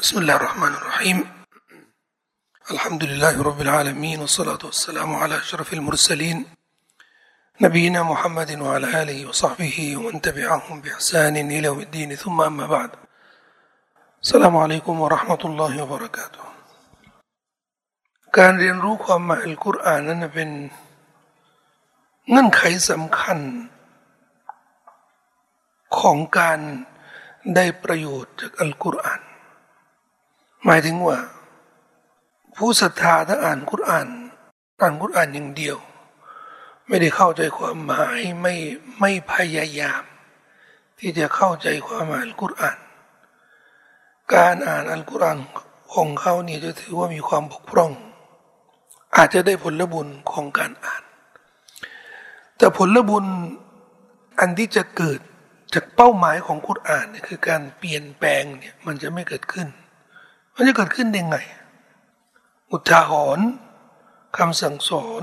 بسم الله الرحمن الرحيم الحمد لله رب العالمين والصلاة والسلام على أشرف المرسلين نبينا محمد وعلى آله وصحبه ومن تبعهم بإحسان إلى يوم الدين ثم أما بعد السلام عليكم ورحمة الله وبركاته การเรียนรู้ความหมายอัลกุรอานนั้นเป็นเงื่อนไขสำคัญของการได้ประโยชน์จากอัลกุรอานหมายถึงว่าผู้ศรัทธาถ้าอ่านกุรอานอย่างเดียวไม่ได้เข้าใจความหมายไม่พยายามที่จะเข้าใจความหมายอัลกุรอานการอ่านอัลกุรอานของเขาเนี่ยจะถือว่ามีความบกพร่องอาจจะได้ผลบุญของการอ่านแต่ผลบุญอันที่จะเกิดจากเป้าหมายของกุรอานเนี่ยคือการเปลี่ยนแปลงเนี่ยมันจะไม่เกิดขึ้นมันจะเกิดขึ้นได้ไงอุทาหรณ์คำสั่งสอน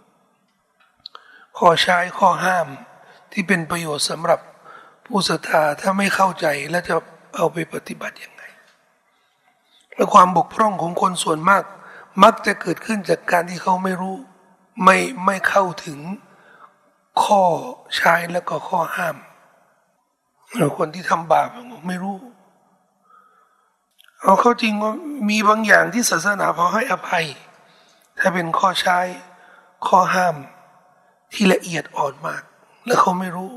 ข้อใช้ข้อห้ามที่เป็นประโยชน์สำหรับผู้ศรัทธาถ้าไม่เข้าใจแล้วจะเอาไปปฏิบัติยังไงและความบกพร่องของคนส่วนมากมักจะเกิดขึ้นจากการที่เขาไม่รู้ไม่เข้าถึงข้อใช้แล้วก็ข้อห้ามคนที่ทำบาปไม่รู้เอาเข้าจริงว่ามีบางอย่างที่ศาสนาพอให้อภัยถ้าเป็นข้อใช้ข้อห้ามที่ละเอียดอ่อนมากแล้วเขาไม่รู้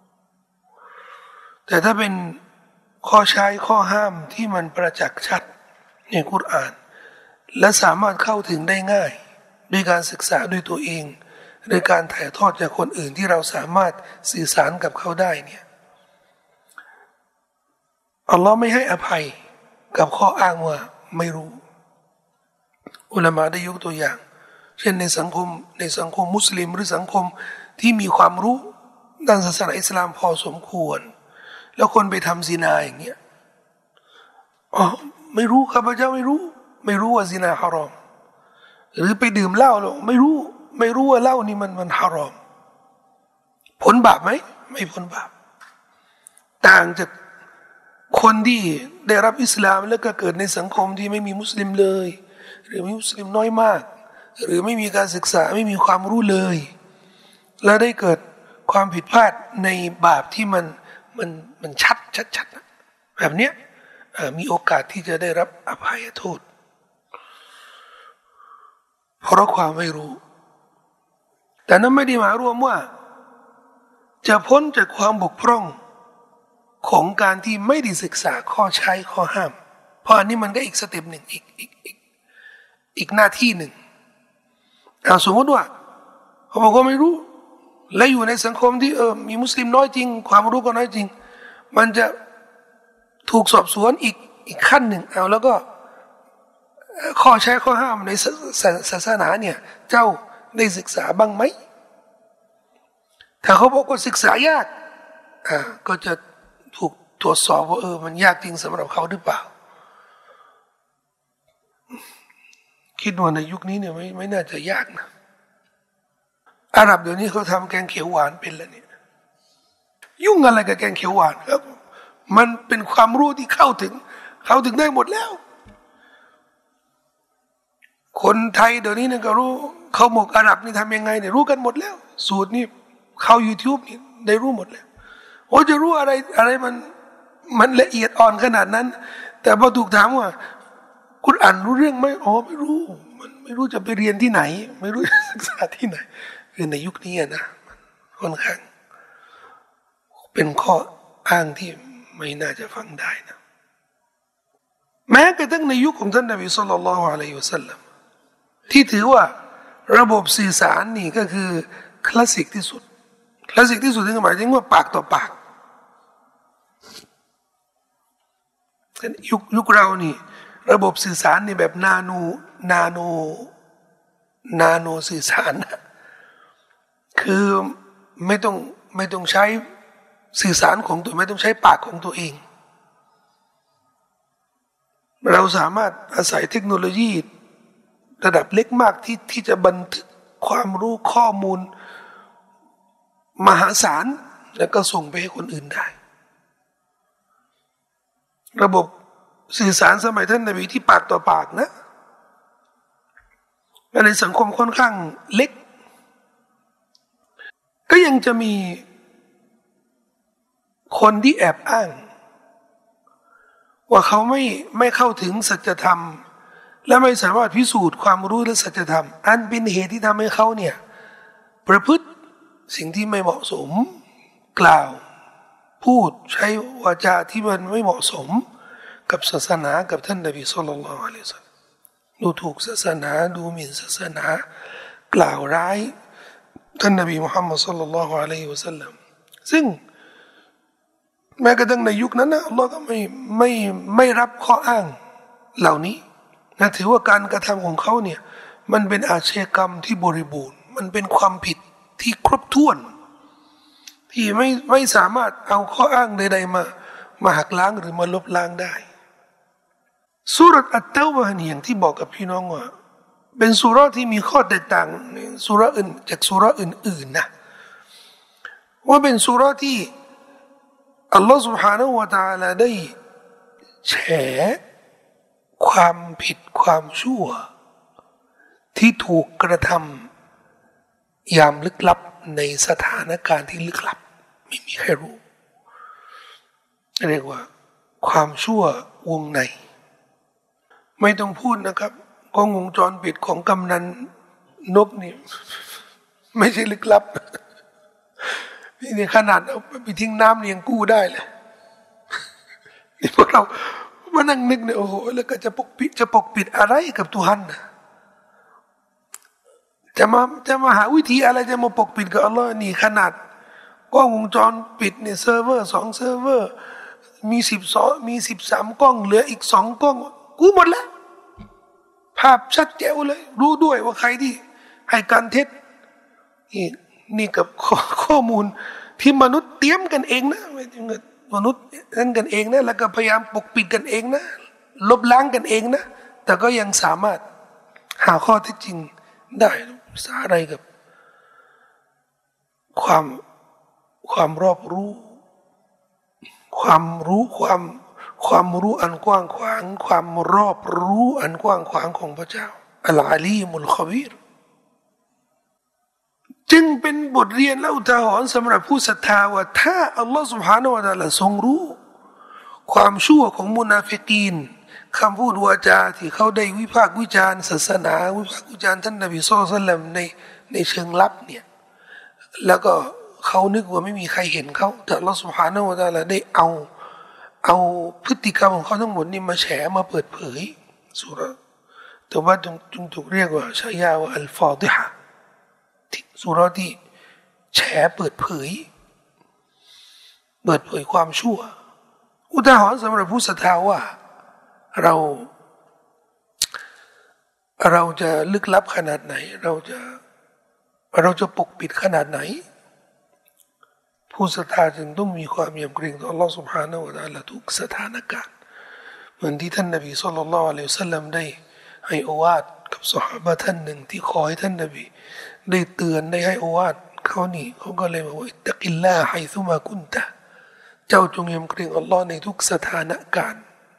แต่ถ้าเป็นข้อใช้ข้อห้ามที่มันประจักษ์ชัดในกุรอานและสามารถเข้าถึงได้ง่ายด้วยการศึกษาด้วยตัวเองโดยการถ่ายทอดจากคนอื่นที่เราสามารถสื่อสารกับเขาได้เนี่ยอัลลอฮ์ไม่ให้อภัยกับข้ออ้างว่าไม่รู้อุลามะได้ยกตัวอย่างเช่นในสังคมมุสลิมหรือสังคมที่มีความรู้ด้านศาสนาอิสลามพอสมควรแล้วคนไปทำซินาอย่างเงี้ยไม่รู้ข้าพเจ้าไม่รู้ว่าซินาฮารอมหรือไปดื่มเหล้าหรอกไม่รู้ว่าเหล้านี่มันฮารอมผลบาปไหมไม่ผลบาปต่างจากคนที่ได้รับอิสลามแล้วก็เกิดในสังคมที่ไม่มีมุสลิมเลยหรือมีมุสลิมน้อยมากหรือไม่มีการศึกษาไม่มีความรู้เลยแล้วได้เกิดความผิดพลาดในบาปที่มันชัดแบบเนี้ยมีโอกาสที่จะได้รับอภัยโทษเพราะความไม่รู้แต่นั้นไม่ได้หมายรวมว่าจะพ้นจากความบกพร่องของการที่ไม่ได้ศึกษาข้อใช้ข้อห้ามเพราะอันนี้มันก็อีกสเต็ปหนึ่งอีกหน้าที่หนึ่งสมมติว่าเขาบอกว่าไม่รู้และอยู่ในสังคมที่มีมุสลิมน้อยจริงความรู้ก็น้อยจริงมันจะถูกสอบสวนอีกขั้นหนึ่งแล้วก็ข้อใช้ข้อห้ามในศาสนาเนี่ยเจ้าได้ศึกษาบ้างไหมถ้าเขาบอกว่าศึกษายากก็จะถูกตรวจสอบว่ามันยากจริงสำหรับเขาหรือเปล่าคิดว่าในยุคนี้เนี่ยไม่น่าจะยากนะอาหรับเดี๋ยวนี้เขาทำแกงเขียวหวานเป็นแล้วเนี่ยยุ่งอะไรกับแกงเขียวหวานครับมันเป็นความรู้ที่เข้าถึงได้หมดแล้วคนไทยเดี๋ยวนี้เนี่ยก็รู้เขาหมกอาหรับนี่ทำยังไงเนี่ยรู้กันหมดแล้วสูตรนี่เข้า YouTube นี่ได้รู้หมดแล้วจะรู้อะไรมันละเอียดอ่อนขนาดนั้นแต่พอถูกถามว่าคุณอ่านรู้เรื่องไหมไม่รู้มันไม่รู้จะไปเรียนที่ไหนไม่รู้จะศึกษาที่ไหนคือในยุคนี้นะค่อนข้างเป็นข้ออ้างที่ไม่น่าจะฟังได้นะแม้กระทั่งในยุคของท่านนบีศ็อลลัลลอฮุอะลัยฮิวะซัลลัมที่ถือว่าระบบสื่อสารนี่ก็คือคลาสสิกที่สุดนี่หมายถึงว่าปากต่อปากยุคเรานี่ระบบสื่อสารนี่แบบนาโนสื่อสารนะคือไม่ต้องใช้สื่อสารของตัวไม่ต้องใช้ปากของตัวเองเราสามารถอาศัยเทคโนโลยีระดับเล็กมากที่จะบันทึกความรู้ข้อมูลมหาศาลแล้วก็ส่งไปให้คนอื่นได้ระบบสื่อสารสมัยท่านนบีที่ปากต่อปากนะและในสังคมค่อนข้างเล็กก็ยังจะมีคนที่แอบอ้างว่าเขาไม่เข้าถึงสัจธรรมและไม่สามารถพิสูจน์ความรู้และสัจธรรมอันเป็นเหตุที่ทำให้เขาเนี่ยประพฤติสิ่งที่ไม่เหมาะสมกล่าวพูดใช้วาจาที่มันไม่เหมาะสมกับศาสนากับท่านนบีศ็อลลัลลอฮุอะลัยฮิวะซัลลัมดูถูกศาสนาดูหมิ่นศาสนากล่าวร้ายท่านนบีมุฮัมมัดศ็อลลัลลอฮุอะลัยฮิวะซัลลัมซึ่งแม้กระทั่งในยุคนั้นนะอัลลอฮ์ก็ไม่รับข้ออ้างเหล่านี้นะถือว่าการกระทำของเขาเนี่ยมันเป็นอาชญากรรมที่บริบูรณ์มันเป็นความผิดที่ครบถ้วนที่ไม่สามารถเอาข้ออ้างใดๆมาหักล้างหรือมาลบล้างได้ซูเราะห์อัตเตาบะห์อย่างที่บอกกับพี่น้องว่าเป็นซูเราะห์ที่มีข้อแตกต่างซูเราะห์อื่นจากซูเราะห์อื่นๆนะว่าเป็นซูเราะห์ที่อัลลอฮฺ سبحانه และ تعالى ได้แฉความผิดความชั่วที่ถูกกระทำยามลึกลับในสถานการณ์ที่ลึกลับไม่มีใครรู้เรียกว่าความชั่ววงในไม่ต้องพูดนะครับกล้องวงจรปิดของกำนันนกนี่ไม่ใช่ลึกลับนี่ขนาดเอาไปทิ้งน้ำยังกู้ได้เลยนี่พวกเรามานั่งนึกเนี่ยโอ้โหแล้วก็จะปกปิดอะไรกับตุฮันนะจะมาหาวิธีอะไรจะมาปกปิดกับอัลลอฮ์นี่ขนาดกล้องวงจรปิดเนี่ยเซิร์ฟเวอร์2 เซิร์ฟเวอร์มี13 กล้องเหลืออีก2 กล้องกู้หมดแล้วภาพชัดแจ๋วเลยรู้ด้วยว่าใครที่ให้การเท็จนี่กับข้อมูลที่มนุษย์เตรียมกันเองนะมนุษย์นั่นกันเองนะแล้วก็พยายามปกปิดกันเองนะลบล้างกันเองนะแต่ก็ยังสามารถหาข้อเท็จจริงได้สาอะไรกับความรอบรู้ความรู้อันกว้างขวางความรอบรู้อันกว้างขวางของพระเจ้าอัลอาลีมุลขบีรจึงเป็นบทเรียนและอุทาหรณ์สำหรับผู้ศรัทธาว่าถ้าอัลลอฮฺ سبحانه และ تعالى ทรงรู้ความชั่วของมุนาฟิกีนคำพูดวาจาที่เขาได้วิพากษ์วิจารณ์ศาสนาวิพากษ์วิจารณ์ท่านนบีศ็อลลัลลอฮุอะลัยฮิวะซัลลัมในเชิงลับเนี่ยแล้วก็เขานึกว่าไม่มีใครเห็นเขาแต่อัลลอฮฺ سبحانه และ تعالى ได้เอาพฤติกรรมของเขาทั้งหมดนี่มาแฉมาเปิดเผยสุราแต่ว่าจึงถูกเรียกว่าฉายาว่าอัลฟาดิฮะสุราที่แฉเปิดเผยความชั่วอุทาหรณ์สำหรับผู้ศรัทธาว่าเราจะลึกลับขนาดไหนเราจะปกปิดขนาดไหนผู้ศรัทธาจึงต้องมีความยำเกรงต่อ Allah سبحانه และ تعالى ทุกสถานการณ์เหมือนที่ท่านนบีศ็อลลัลลอฮุอะลัยฮิวะซัลลัมได้ให้โอวาทกับซอฮาบะห์ท่านหนึ่งที่ขอให้ท่านนบีได้เตือนได้ให้โอวาทเขาก็เลยบอกว่าอิตตักิลลาฮ์ไฮซุมากุนตะเจ้าจงยำเกรงอัลลอฮ์ในทุกสถานการณ์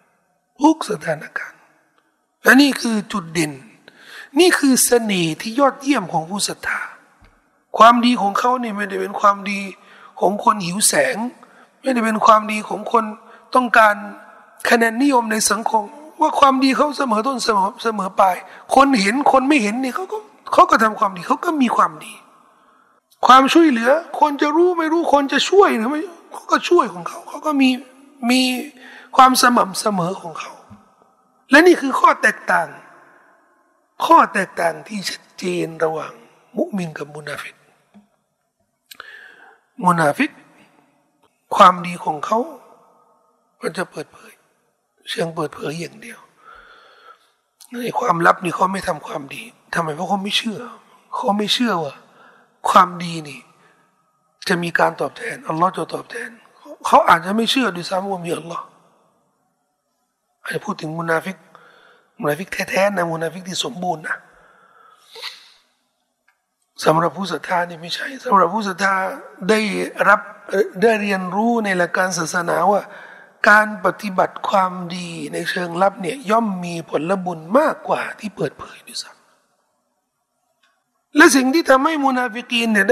และนี่คือจุดเด่นนี่คือเสน่ห์ที่ยอดเยี่ยมของผู้ศรัทธาความดีของเขานี่ไม่ได้เป็นความดีของคนหิวแสงไม่ได้เป็นความดีของคนต้องการคะแนนนิยมในสังคมว่าความดีเขาเสมอต้นเสมอปลายคนเห็นคนไม่เห็นนี่เขาก็ทำความดีเขาก็มีความดีความช่วยเหลือคนจะรู้ไม่รู้คนจะช่วยหรือไม่เขาก็ช่วยของเขาก็มีความสม่ำเสมอของเขาและนี่คือข้อแตกต่างที่ชัดเจนระหว่างมุมินกับมุนาฟิกความดีของเขามันจะเปิดเผยเชิงเปิดเผยอย่างเดียวในความลับนี่เขาไม่ทำความดีทำไมเพราะเขาไม่เชื่อว่าความดีนี่จะมีการตอบแทนอัลลอฮ์จะตอบแทนเขาอาจจะไม่เชื่อด้วยซ้ำว่ามีอัลลอฮ์ไอ้พูดถึงมุนาฟิกแท้ๆนะมุนาฟิกที่สมบูรณ์นะสำหรับผู้ศรัทธานี่ไม่ใช่สำหรับผู้ศรัทธาได้เรียนรู้ในหลักการศาสนาว่าการปฏิบัติความดีในเชิงลับเนี่ยย่อมมีผลบุญมากกว่าที่เปิดเผยด้วยซ้ำและสิ่งที่ทำให้มุนาฟิกีนเนี่ย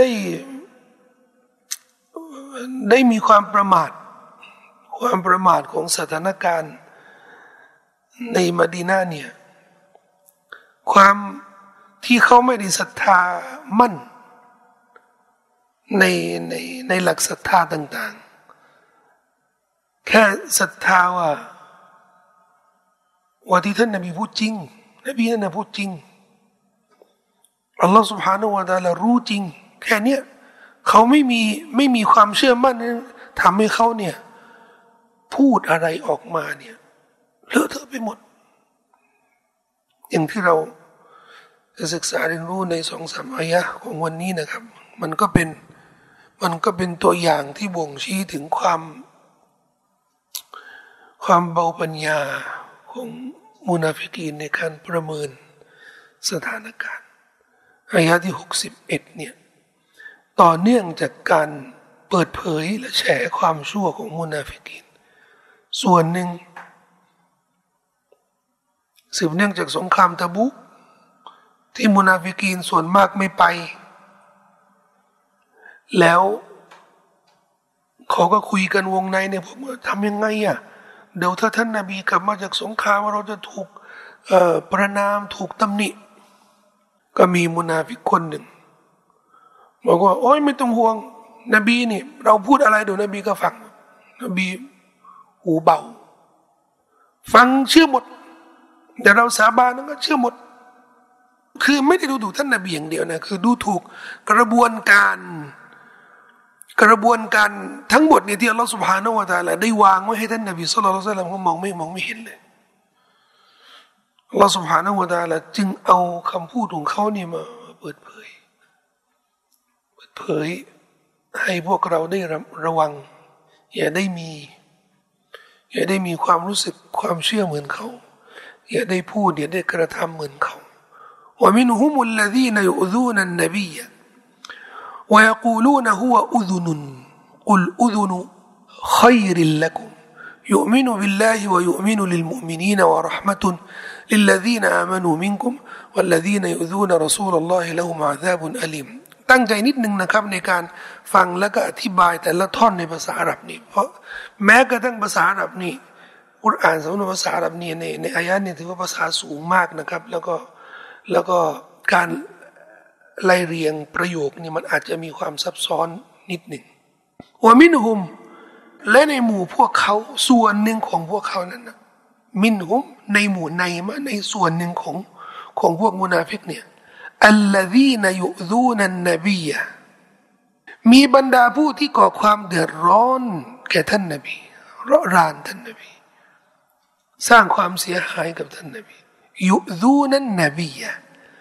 ได้มีความประมาทของสถานการณ์ในมะดีนะห์เนี่ยความที่เขาไม่ได้ศรัทธามั่นในหลักศรัทธาต่างๆแค่ศรัทธาว่าที่ท่านนบีพูดจริงนบีนั่นพูดจริงอัลลอฮฺ سبحانه และ تعالى รู้จริงแค่เนี้ยเขาไม่มีความเชื่อมั่นทำให้เขาเนี่ยพูดอะไรออกมาเนี่ยเลอะเทอะไปหมดอย่างที่เราจะศึกษาเรียนรู้ใน2-3 อายะห์ของวันนี้นะครับมันก็เป็นตัวอย่างที่บ่งชี้ถึงความเบาปัญญาของมุนาฟิกีนในการประเมินสถานการณ์อายะที่61เนี่ยต่อเนื่องจากการเปิดเผยและแฉความชั่วของมุนาฟิกีนส่วนหนึ่งสืบเนื่องจากสงครามตะบุกที่มุนาฟิกีนส่วนมากไม่ไปแล้วเขาก็คุยกันวงในเนี่ยผมว่าทำยังไงอ่ะเดี๋ยวถ้าท่านนบีกลับมาจากสงครามเราจะถูกประนามถูกตำหนิก็มีมุนาฟิกคนหนึ่งบอกว่าโอ๊ยไม่ต้องห่วงนบีนี่เราพูดอะไรเดี๋ยวนบีก็ฟังนบีหูเบาฟังเชื่อหมดแต่เราสาบานนั้นก็เชื่อหมดคือไม่ได้ดูถูกท่านนบีอย่างเดียวนะคือดูถูกกระบวนการทั้งหมดเนี่ยที่อัลลอฮฺ سبحانه และ تعالى ได้วางไว้ให้ท่านนบีศ็อลลัลลอฮุอะลัยฮิวะซัลลัมเขามองไม่เห็นเลยอัลลอฮฺ سبحانه และ تعالى จึงเอาคำพูดของเขานี่มาเปิดเผยให้พวกเราได้ระวังอย่าได้มีความรู้สึกความเชื่อเหมือนเขาอย่าได้พูดอย่าได้กระทำเหมือนเขาومنهم الذين يؤذون النبي ويقولون هو أذن قل أذن خير لكم يؤمن بالله ويؤمن للمؤمنين ورحمة للذين آمنوا منكم والذين يؤذون رسول الله لهم عذاب أليم ตั้งใจนิดนึงนะครับในการฟังแล้วก็อธิบายแต่ละท่อนในภาษาอาหรับนี่เพราะแม้กระทั่งภาษาอาหรับนี่กุรอานสำนวนภาษาอาหรับนี่ในอายะห์นี่ถือว่าภาษาสูงมากนะครับแล้วก็การไล่เรียงประโยคนี่มันอาจจะมีความซับซ้อนนิดหนึ่งว่ามินหุมและในหมู่พวกเขาส่วนหนึ่งของพวกเขานั้นนะมินหุมในหมู่ในส่วนหนึ่งของพวกมุนาฟิกเนี่ยอัลลซีนยุซูนันนบียะมีบรรดาผู้ที่ก่อความเดือดร้อนแก่ท่านนบีเราะรานท่านนบีสร้างความเสียหายกับท่านนบียุซูนันนบียะ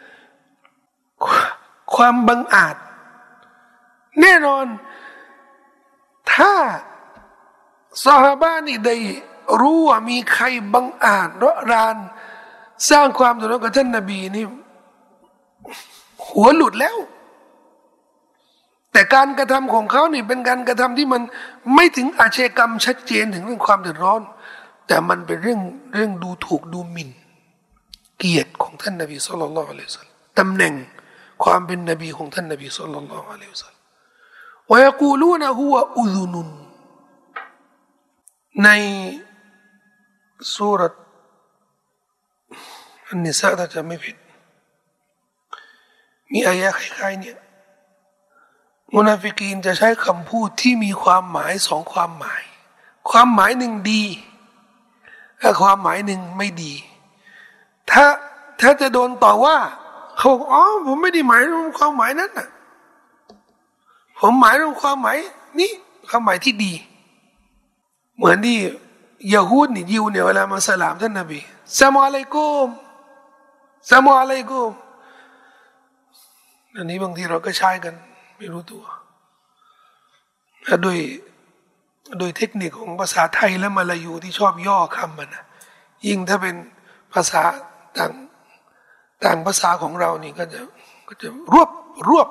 ความบังอาจแน่นอนถ้าซอฮาบะห์นี่ได้รู้ว่ามีใครบังอาจเราะรานสร้างความเดือดร้อนกับท่านนบีนี่หัวหลุดแล้วแต่การกระทำของเขานี่เป็นการกระทำที่มันไม่ถึงอาชญากรรมชัดเจนถึงเรื่องความเดือดร้อนแต่มันเป็นเรื่องดูถูกดูหมิ่นเกียรติของท่านนบีศ็อลลัลลอฮุอะลัยฮิวะซัลลัมตำแหน่งความเป็นนบีของท่านนบีศ็อลลัลลอฮุอะลัยฮิวะซัลลัมวะยะกูลูนฮุวะอุซุนุนในซูเราะห์อันนิสาถ้าจำไม่ผิดมีอายะห์คล้ายๆเนี่ยมุนาฟิกีนจะใช้คำพูดที่มีความหมาย2ความหมายความหมายหนึ่งดีและความหมายหนึ่งไม่ดีถ้าจะโดนต่อว่าเขาบอกอ๋อผมไม่ได้หมายถึงความหมายนั้นน่ะผมหมายถึงความหมายนี้ความหมายที่ดีเหมือนที่ยะฮูดนี่ยิวเนี่ยเวลามาสลามท่านนบีสลามอะลัยกุมสลามอะลัยกุมอันนี้บางทีเราก็ใช้กันไม่รู้ตัวและโดยเทคนิคของภาษาไทยและมาลายูที่ชอบย่อคำมันนะยิ่งถ้าเป็นภาษาต่างภาษาของเรานี่ก็จะรวบ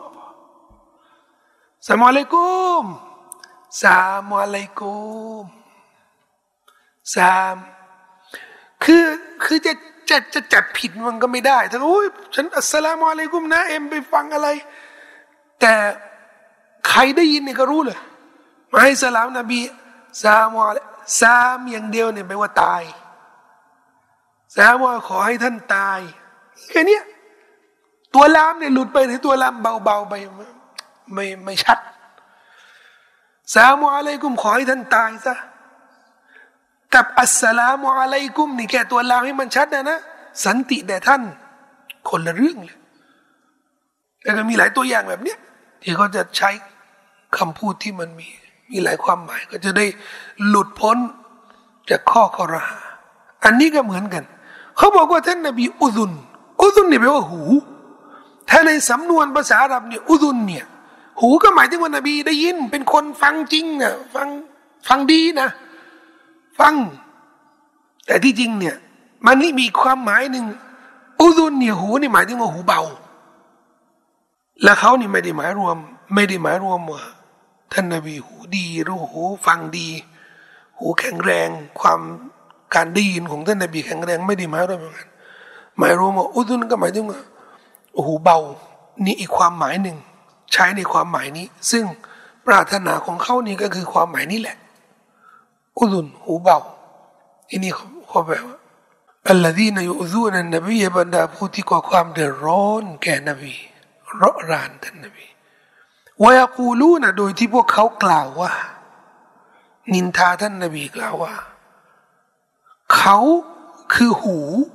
สลามอะลัยกุมสลามอะลัยกุมสามคือจะจับผิดมันก็ไม่ได้ถ้าโอ้ยฉันอัสสลามุอะลัยกุมนะเอ็มไปฟังอะไรแต่ใครได้ยินเนี่ยก็รู้เลยมาให้สลามนบีซามุอะลัยซามอย่างเดียวเนี่ยแปลว่าตายซามุขอให้ท่านตายแค่นี้ตัวลามเนี่ยหลุดไปหรือตัวลามเบาๆไปไม่ชัดซามุอะลัยกุมขอให้ท่านตายซะกับอัสสลามุอะลัยกุมนี่แค่ตัวลามให้มันชัดนะสันติแด่ท่านคนละเรื่องเลยแล้วก็มีหลายตัวอย่างแบบเนี้ยที่เขาจะใช้คำพูดที่มันมีหลายความหมายก็จะได้หลุดพ้นจากข้อคอรหาอันนี้ก็เหมือนกันเขาบอกว่าท่านนบีอุซุนเนี่ยแปลว่าหูถ้าในสำนวนภาษาอาหรับเนี่ยอุซุนเนี่ยหูก็หมายถึงว่านบีได้ยินเป็นคนฟังจริงนะฟังดีนะฟังแต่ที่จริงเนี่ยมันนี่มีความหมายหนึ่งอุซุนเนี่ยหูนี่หมายถึงว่าหูเบาและเขานี่ไม่ได้หมายรวมว่าท่านนบีหูดีรู้หูฟังดีหูแข็งแรงความการได้ยินของท่านนบีแข็งแรงไม่ได้หมายรวมเหมือนกันหมายรวมว่าอุซุนก็หมายถึงว่าหูเบานี่อีกความหมายหนึ่งใช้ในความหมายนี้ซึ่งปรารถนาของเขานี่ก็คือความหมายนี้แหละอุซุนหูเบาอันนี้เขาแปลว่าอัลลซีนยุซูนันนบีบรรดาผู้ที่ก่อความเดือดร้อนแก่นบีเราะรานท่านนบีวายกูลูนะโดยที่พวกเขากล่าวว่านินทาท่านนบีกล่าวว่าเขาคือหู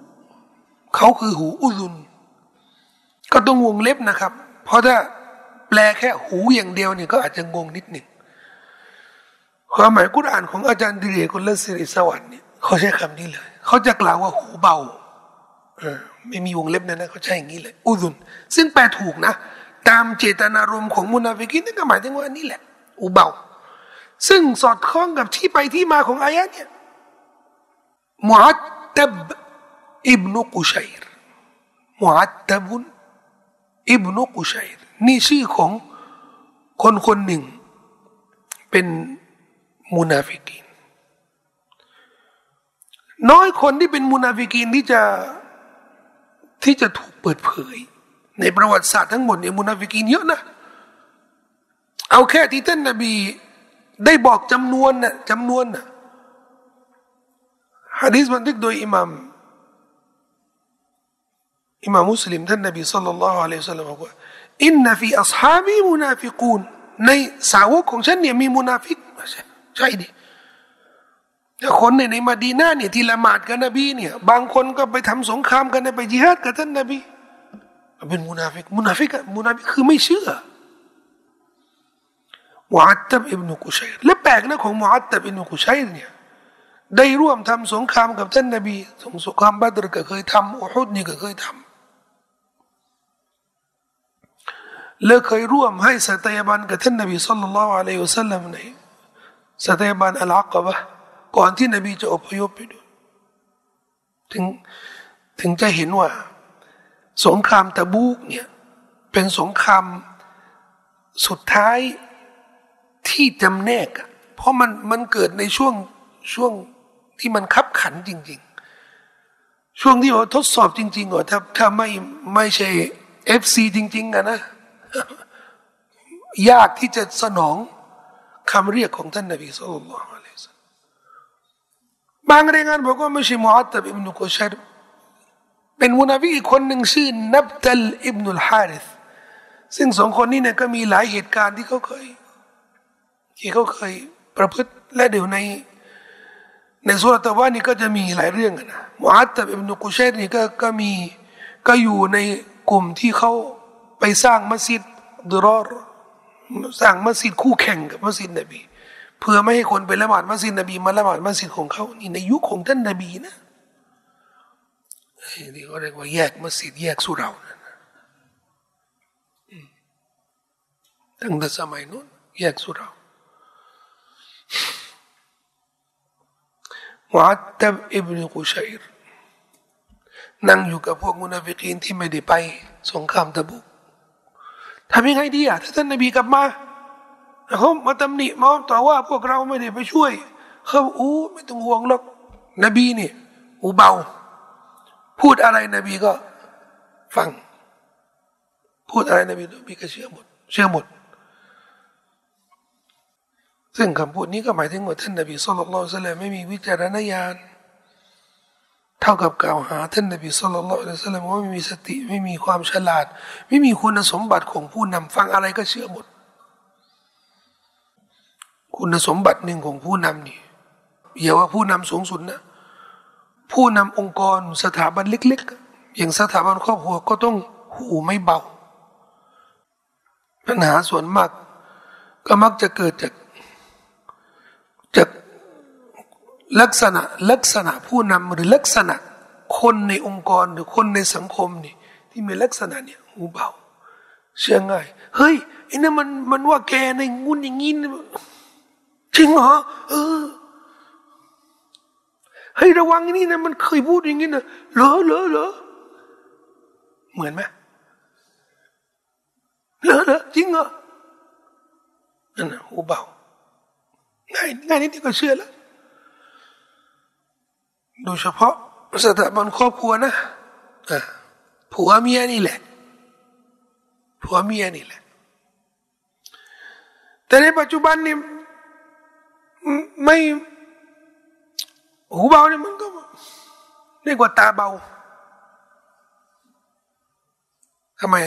อุซุนก็ต้องวงเล็บนะครับเพราะถ้าแปลแค่หูอย่างเดียวเนี่ยก็อาจจะงงนิดหนึ่งความหมายกุรอานของอาจารย์ดิเรกคนละสิริสวัสดิ์เนี่ยเขาใช้คำนี้เลยเขาจะกล่าวว่าหูเบาไม่มีวงเล็บนะเขาใช้อย่างนี้เลยอุซุนซึ่งแปลถูกนะตามเจตนารมณ์ของมุนาฟิกินนั่นก็หมายถึงว่านี่แหละหูเบาซึ่งสอดคล้องกับที่ไปที่มาของอายะเนี่ยมุอัตตับอิบนุกุชัยร์มุอัตตับุนอิบนุกุชัยร์นี่ชื่อของคนหนึ่งเป็นมุนาฟิกีนน้อยคนที่เป็นมุนาฟิกีนที่จะถูกเปิดเผยในประวัติศาสตร์ทั้งหมดเนี่ยมุนาฟิกีนเยอะนะเอาแค่ที่ท่านนบีได้บอกจำนวนนะหะดีษบันทึกโดยอิหม่ามมุสลิมท่านนบีศ็อลลัลลอฮุอะลัยฮิวะซัลลัมบอกว่าอินนะฟีอัศฮาบีมุนาฟิกูนในสาวกของฉันเนี่ยมีมุนาฟิกใช่ดิคนในมะดีนะห์เนี่ยที่ละหมาดกับนบีเนี่ยบางคนก็ไปทำสงครามกันไปญิฮาดกับท่านนบีเป็นมุนาฟิกคือไม่เชื่อมุอัตตับอิบนุกุชัยร์และแปลกนะของมุอัตตับอิบนุกุชัยร์เนี่ยได้ร่วมทำสงครามกับท่านนบีสงครามบัดรก็เคยทำอุฮุดนี่ก็เคยทำและเคยร่วมให้สัตยาบันกับท่านนบีศ็อลลัลลอฮุอะลัยฮิวะซัลลัมในสัตยาบันอัลอักบะห์ก่อนที่นบีจะอพยพไปดูถึงจะเห็นว่าสงครามตะบูกเนี่ยเป็นสงครามสุดท้ายที่จำแนกเพราะมันเกิดในช่วงที่มันคับขันจริงๆช่วงที่ว่าทดสอบจริงๆถ้าไม่ใช่ FC จริงๆนะยากที่จะสนองคำเรียกของท่านนบีศ็อลลัลลอฮุอะลัยฮิวะซัลลัมบางรายงานบอกว่าไม่ใช่มุอัตตับอิบนุกุชัยร์เป็นมุนาฟิกอีกคนหนึ่งชื่อนับตัลอิบนุลฮาริษซึ่งสองคนนี้เนี่ยก็มีหลายเหตุการณ์ที่เขาเคยประพฤติและเดี๋ยวในสุรตะวานี่ก็จะมีหลายเรื่องนะมุอัตตับอิบนุกุชัยร์นี่ก็อยู่ในกลุ่มที่เขาไปสร้างมัสยิดดุรอรสร้างมัสยิดคู่แข่งกับมัสยิดนบีเพื่อไม่ให้คนไปละหมาดมัสยิดนบีมาละหมาดมัสยิดของเขานี่ในยุคของท่านนบีนะที่เขาเรียกว่าแยกมัสยิดแยกสุเหร่านะตั้งแต่สมัยนู้นแยกสุเหร่ามุอัตตับอิบนุกุชัยร์นั่งอยู่กับพวกมุนาฟิกีนที่ไม่ได้ไปสงครามตะบุกทำยังไงดีถ้าท่านนบีกลับมาเขามาตำหนิมาต่อว่าพวกเราไม่ได้ไปช่วยเขาไม่ต้องห่วงหรอกนบีนี่หูเบาพูดอะไรนบีก็ฟังพูดอะไรนบีก็เชื่อหมดซึ่งคำพูดนี้ก็หมายถึงว่าท่านนบีศ็อลลัลลอฮุอะลัยฮิวะซัลลัมไม่มีวิจารณญาณเท่ากับกล่าวหาท่านนบีศ็อลลัลลอฮุอะลัยฮิวะซัลลัมว่าไม่มีสติไม่มีความฉลาดไม่มีคุณสมบัติของผู้นำฟังอะไรก็เชื่อหมดคุณสมบัติหนึ่งของผู้นำนี่อย่าว่าผู้นำสูงสุดนะผู้นำองค์กรสถาบันเล็กๆอย่างสถาบันครอบครัวก็ต้องหูไม่เบาปัญหาส่วนมากก็มักจะเกิดจากลักษณะผู้นำหรือลักษณะคนในองค์กรหรือคนในสังคมนี่ที่มีลักษณะเนี่ยหูเบาเชื่อง่ายเฮ้ยไอ้นั่นมันว่าแกในงุนอย่างงี้จริงเหรอให้ระวังนี่นะมันเคยพูดอย่างงี้นะเหรอเหมือนไหมเหรอจริงเหรอนั่นนะหูเบาง่ายนิดเดียวก็เชื่อแล้วโดยเฉพาะสถาบันครอบครัวนะผัวเมียนี่แหละแต่ในปัจจุบันนี่ไม่หูเบานี่มันก็เรียกว่าตาเบาทำไม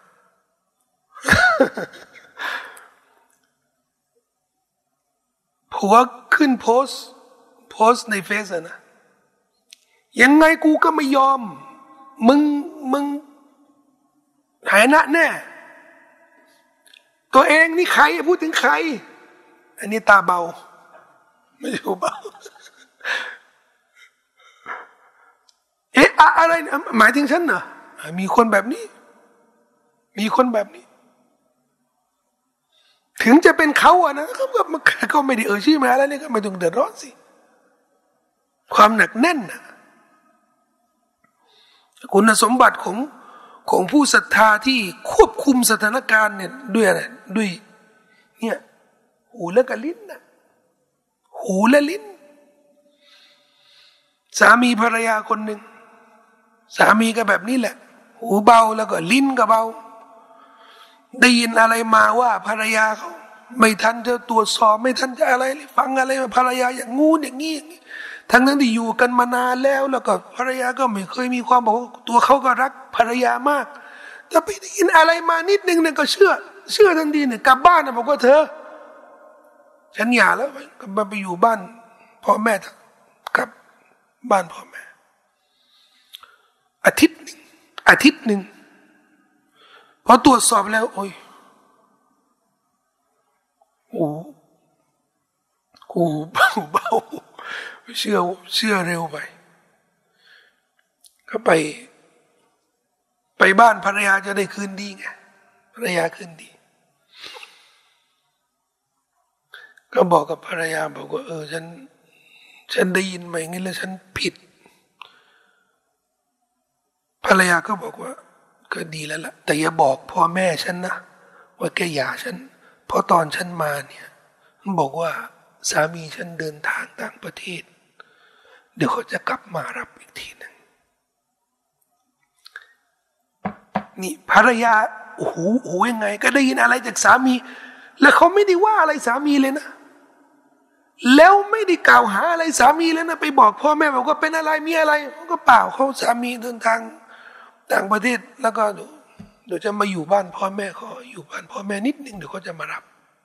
ผัวขึ้นโพสในเฟซนะยังไงกูก็ไม่ยอมมึงหายนะแน่ตัวเองนี่ใครพูดถึงใครอันนี้ตาเบาไม่ใช่หูเบาอะไรหมายถึงฉันเหรอมีคนแบบนี้ถึงจะเป็นเขาอะนะก็ไม่ได้ชื่อมาแล้วนี่ก็ไม่ต้องเดือดร้อนสิความหนักแน่นนะคุณสมบัติของผู้ศรัทธาที่ควบคุมสถานการณ์เนี่ยด้วยอะไรด้วยเนี่ยหูและกลิ้นนะหูและลิ้นสามีภรรยาคนหนึ่งสามีก็แบบนี้แหละหูเบาแล้วก็ลิ้นก็เบาได้ยินอะไรมาว่าภรรยาเขาไม่ทันจะตรวจสอบไม่ทันจะอะไรฟังอะไรภรรยาอย่างงูอย่างงี้ทั้งที่อยู่กันมานานแล้วก็ภรรยาก็ไม่เคยมีความบอกตัวเขาก็รักภรรยามากแต่ไปได้ยินอะไรมานิดนึงเนี่ยก็เชื่อทันทีเนี่ยกลับบ้านนะบอกว่าเธอฉันหย่าแล้วกลับมาไปอยู่บ้านพ่อแม่กลับบ้านพ่อแม่อาทิตย์หนึ่งพอตรวจสอบแล้วโอ้ยกูเบาเชื่อเร็วไปก็ไปบ้านภรรยาจะได้คืนดีไงภรรยาคืนดีก็บอกกับภรรยาบอกว่าฉันได้ยินมาอย่างนี้แล้วฉันผิดภรรยาก็บอกว่าก็ดีแล้วล่ะแต่อย่าบอกพ่อแม่ฉันนะว่าแกหย่าฉันเพราะตอนฉันมาเนี่ยมันบอกว่าสามีฉันเดินทางต่างประเทศเดี๋ยวเขาจะกลับมารับอีกทีหนึ่งนี่ภรรยาโอ้โหยังไงก็ได้ยินอะไรจากสามีแล้วเขาไม่ได้ว่าอะไรสามีเลยนะแล้วไม่ได้กล่าวหาอะไรสามีเลยนะไปบอกพ่อแม่บอกว่าเป็นอะไรมีอะไรเขาก็เปล่าเขาสามีเดินทางต่างประเทศแล้วก็เดี๋ยวจะมาอยู่บ้านพ่อแม่เขาอยู่บ้านพ่อแม่นิดนึงเดี๋ยวเขาจะมารับ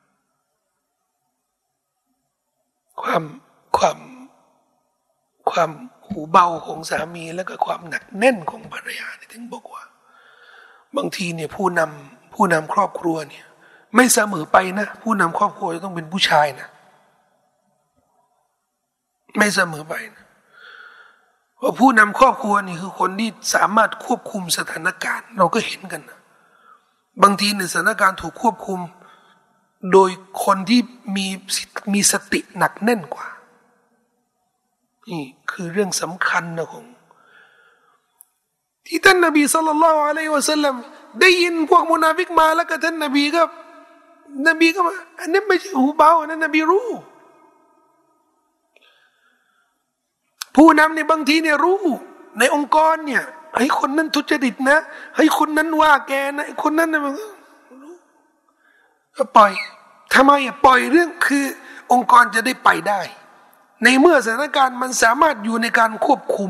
ความหูเบาของสามีแล้วก็ความหนักแน่นของภรรยาเนี่ยถึงบอกว่าบางทีเนี่ยผู้นำครอบครัวเนี่ยไม่เสมอไปนะผู้นำครอบครัวจะต้องเป็นผู้ชายนะไม่เสมอไปนะเพราะผู้นำครอบครัวนี่คือคนที่สามารถควบคุมสถานการณ์เราก็เห็นกันนะบางทีในสถานการณ์ถูกควบคุมโดยคนที่มีสติหนักแน่นกว่านี่คือเรื่องสำคัญนะของที่ท่านนบีศ็อลลัลลอฮุอะลัยฮิวะซัลลัมได้ยินพวกมุนาฟิกมาแล้วก็ท่านนบีก็มาอันนี้ไม่ใช่หูเบาอันนั้นนบีรู้ผู้นำในบางทีเนี่ยรู้ในองค์กรเนี่ยไอ้คนนั้นทุจริตนะไอ้คนนั้นว่าแกนะไอ้คนนั้นนะมันก็ปล่อยทำไมปล่อยเรื่องคือองค์กรจะได้ไปได้ในเมื่อสถานการณ์มันสามารถอยู่ในการควบคุม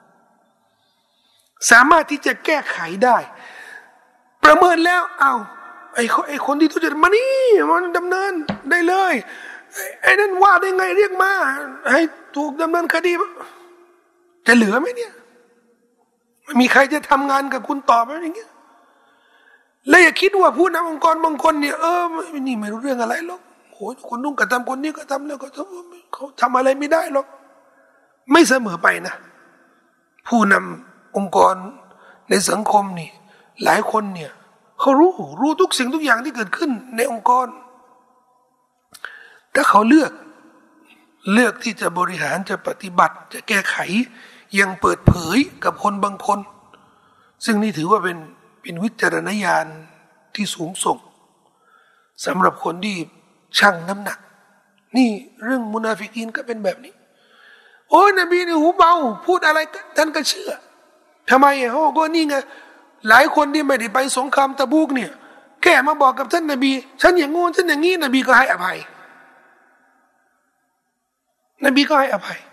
สามารถที่จะแก้ไขได้ประเมินแล้วเอาไอ้คนที่ทุจริตมานี่มันดำเนินได้เลยไอ้นั่นว่าได้ไงเรียกมาให้ถูกดำเนินคดีจะเหลือไหมเนี่ยไม่มีใครจะทำงานกับคุณต่อไปอย่างเงี้ยแล้วอย่าคิดว่าผู้นำองค์กรบางคนเนี่ยนี่ไม่รู้เรื่องอะไรหรอกโอ้ยคนนู้นก็ทำคนนี้ก็ทำแล้วก็เขาทำอะไรไม่ได้หรอกไม่เสมอไปนะผู้นำองค์กรในสังคมนี่หลายคนเนี่ยเขารู้ทุกสิ่งทุกอย่างที่เกิดขึ้นในองค์กรถ้าเขาเลือกที่จะบริหารจะปฏิบัติจะแก้ไขยังเปิดเผยกับคนบางคนซึ่งนี่ถือว่าเป็นวิจารณญาณที่สูงส่งสำหรับคนที่ชั่งน้ำหนักนี่เรื่องมุนาฟิกีนก็เป็นแบบนี้โอ้ยนบีนี่หูเบาพูดอะไรท่านก็เชื่อทำไมเขาบอกว่านี่ไงหลายคนที่ไม่ได้ไปสงครามตะบูกเนี่ยแค่มาบอกกับท่านนบีฉันอย่างงูฉันอย่างงี้นบีก็ให้อภัยนบีก็ให้อภัย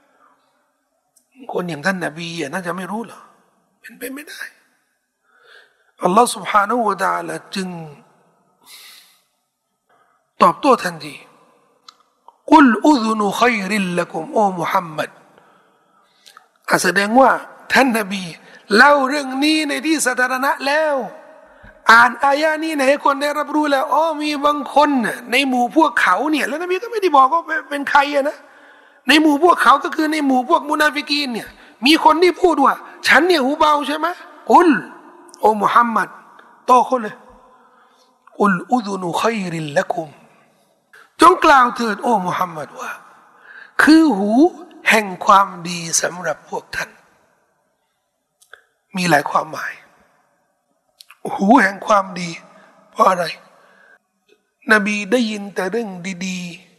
คนอย่างท่านนบีน่าจะไม่รู้หรอเป็นไปไม่ได้อัลลอฮฺ سبحانه และ تعالى จึงตอบโต้ทันทีกุลอุซุนุขัยริลละกุมโอมุฮัมมัดแสดงว่าท่านนบีเล่าเรื่องนี้ในที่สาธารณะแล้วอ่านอายะนี้ให้คนได้รับรู้แล้วมีบางคนในหมู่พวกเขาเนี่ยแล้วนบีก็ไม่ได้บอกว่าเป็นใครนะในหมู่พวกเขาก็คือในหมู่พวกมุนาฟิกีนเนี่ยมีคนที่พูดว่าฉันเนี่ยหูเบาใช่ไหมกุลโอมุฮัมมัดโตเขาเลยกุลอุซุนุขัยริลละกุมจงกล่าวเถิดโอ้มุฮัมมัดว่าคือหูแห่งความดีสำหรับพวกท่านมีหลายความหมายหูแห่งความดีเพราะอะไรนบีได้ยินแต่เรื่องดี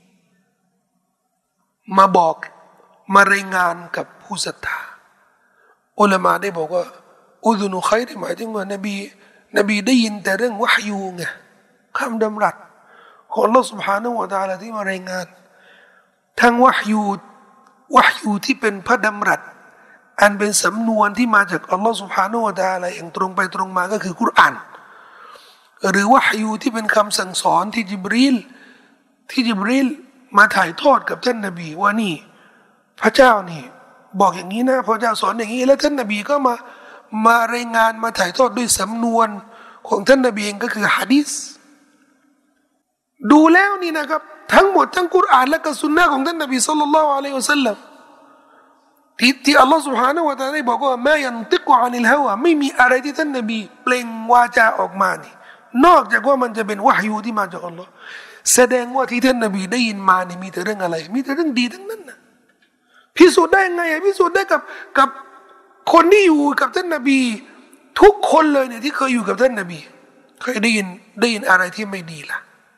ๆมาบอกมารายงานกับผู้ศรัทธาอุลามะได้บอกว่าอุซุนุขัยหมายถึงว่านบีได้ยินแต่เรื่องวะฮยูไงคำดำรัสของอัลลอฮฺ سبحانه และ تعالى ที่มารายงานทั้งวะฮยูที่เป็นพระดำรัสอันเป็นสำนวนที่มาจากอัลลอฮฺ سبحانه และ تعالى อย่างตรงไปตรงมาก็คือกุรอานหรือวะฮยูที่เป็นคำสั่งสอนที่จิบรีลมาถ่ายทอดกับท่านนบีว่านี่พระเจ้านี่บอกอย่างนี้นะพระเจ้าสอนอย่างนี้แล้วท่านนบีก็มารายงานมาถ่ายทอดด้วยสำนวนของท่านนบีเองก็คือหะดีษดูแล้วนี่นะครับทั้งหมดทั้งกุรอานและก็สุนนะของท่านนบีศ็อลลัลลอฮุอะลัยฮิวะซัลลัมที่อัลลอฮฺ سبحانه และ تعالى ได้บอกว่ามายันติกวะอานิลฮาวาไม่มีอะไรที่ท่านนบีเปล่งวาจาออกมานี่นอกจากว่ามันจะเป็นวะฮยูที่มาจากอัลลอฮ์แสดงว่าที่ท่านนบีได้ยินมานี่มีแต่เรื่องอะไรมีแต่เรื่องดีทั้งนั้นนะพิสูจน์ได้ไงพิสูจน์ได้กับคนที่อยู่กับท่านนบีทุกคนเลยเนี่ยที่เคยอยู่กับท่านนบีเคยได้ยินอะไรที่ไม่ดีล่ะ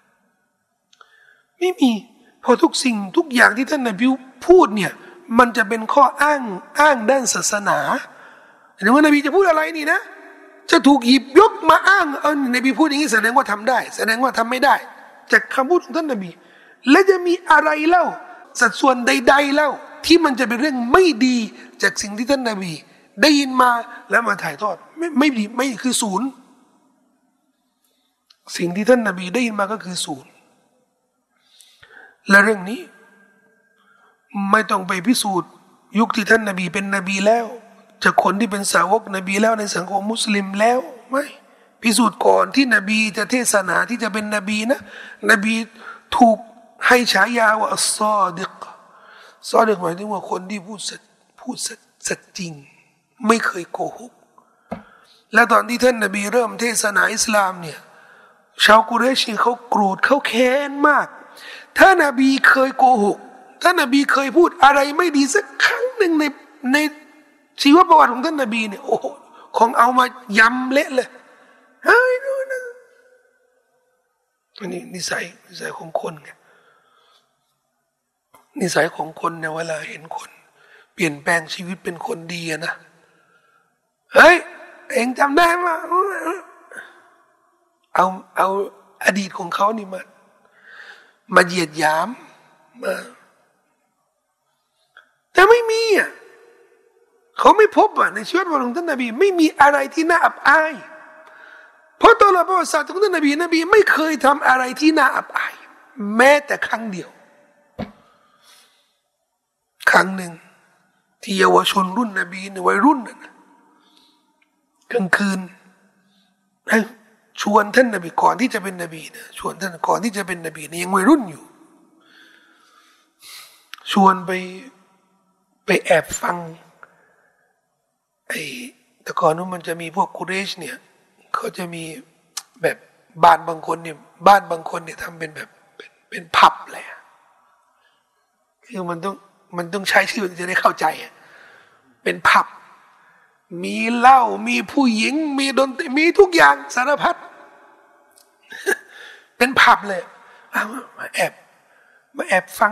ไม่มีพอทุกสิ่งทุกอย่างที่ท่านนบีพูดเนี่ยมันจะเป็นข้ออ้างด้านศาสนาหรือว่านบีจะพูดอะไรนี่นะจะถูกหยิบยกมาอ้างนบีพูดอย่างนี้แสดงว่าทำได้แสดงว่าทำไม่ได้จากคำพูดของท่านนบีและจะมีอะไรเล่าสัดส่วนใดๆเล่าที่มันจะเป็นเรื่องไม่ดีจากสิ่งที่ท่านนบีได้ยินมาแล้วมาถ่ายทอดไม่ดีไม่คือศูนย์สิ่งที่ท่านนบีได้ยินมาก็คือศูนย์และเรื่องนี้ไม่ต้องไปพิสูจน์ยุคที่ท่านนบีเป็นนบีแล้วจากคนที่เป็นสาวกนบีแล้วในสังคมมุสลิมแล้วไม่พิสูจน์ก่อนที่นบีจะเทศนาที่จะเป็นนบีนะนบีถูกให้ฉายาว่าอัสซอดิกหมายถึงว่าคนที่พูดสัตย์จริงไม่เคยโกหกและตอนที่ท่านนบีเริ่มเทศนาอิสลามเนี่ยชาวกุเรชเขาโกรธเขาแค้นมากถ้านบีเคยโกหกถ้านบีเคยพูดอะไรไม่ดีสักครั้งหนึ่งในชีวประวัติของท่านนบีเนี่ยโอ้คงเอามายำเละเลยเฮ้ยนู่นนะอันนี้นิสัยของคนไงนิสัยของคนเนี่ยเวลาเห็นคนเปลี่ยนแปลงชีวิตเป็นคนดีนะเฮ้ยเองจำได้ไหมเอาอดีตของเขานี่มาเหยียดหยามมาแต่ไม่มีเขาไม่พบในชีวิตของท่านนบีไม่มีอะไรที่น่าอับอายเพราะตลอดประวัติศาสตร์ของท่านนบีไม่เคยทำอะไรที่น่าอับอายแม้แต่ครั้งเดียวครั้งหนึ่งที่เยาวชนรุ่นนบีในวัยรุ่นกลางคืนชวนท่านนบีก่อนที่จะเป็นนบีนะชวนท่านก่อนที่จะเป็นนบีเนี่ยยังวัยรุ่นอยู่ชวนไปแอบฟังแต่ก่อนนู้นมันจะมีพวกกุเรชเนี่ยเขาจะมีแบบบ้านบางคนเนี่ยทำเป็นแบบเป็นผับเลยคือมันต้องใช้ชื่อจะได้เข้าใจเป็นผับมีเหล้ามีผู้หญิงมีดนตรีมีทุกอย่างสารพัดเป็นผับเลยมาแอบฟัง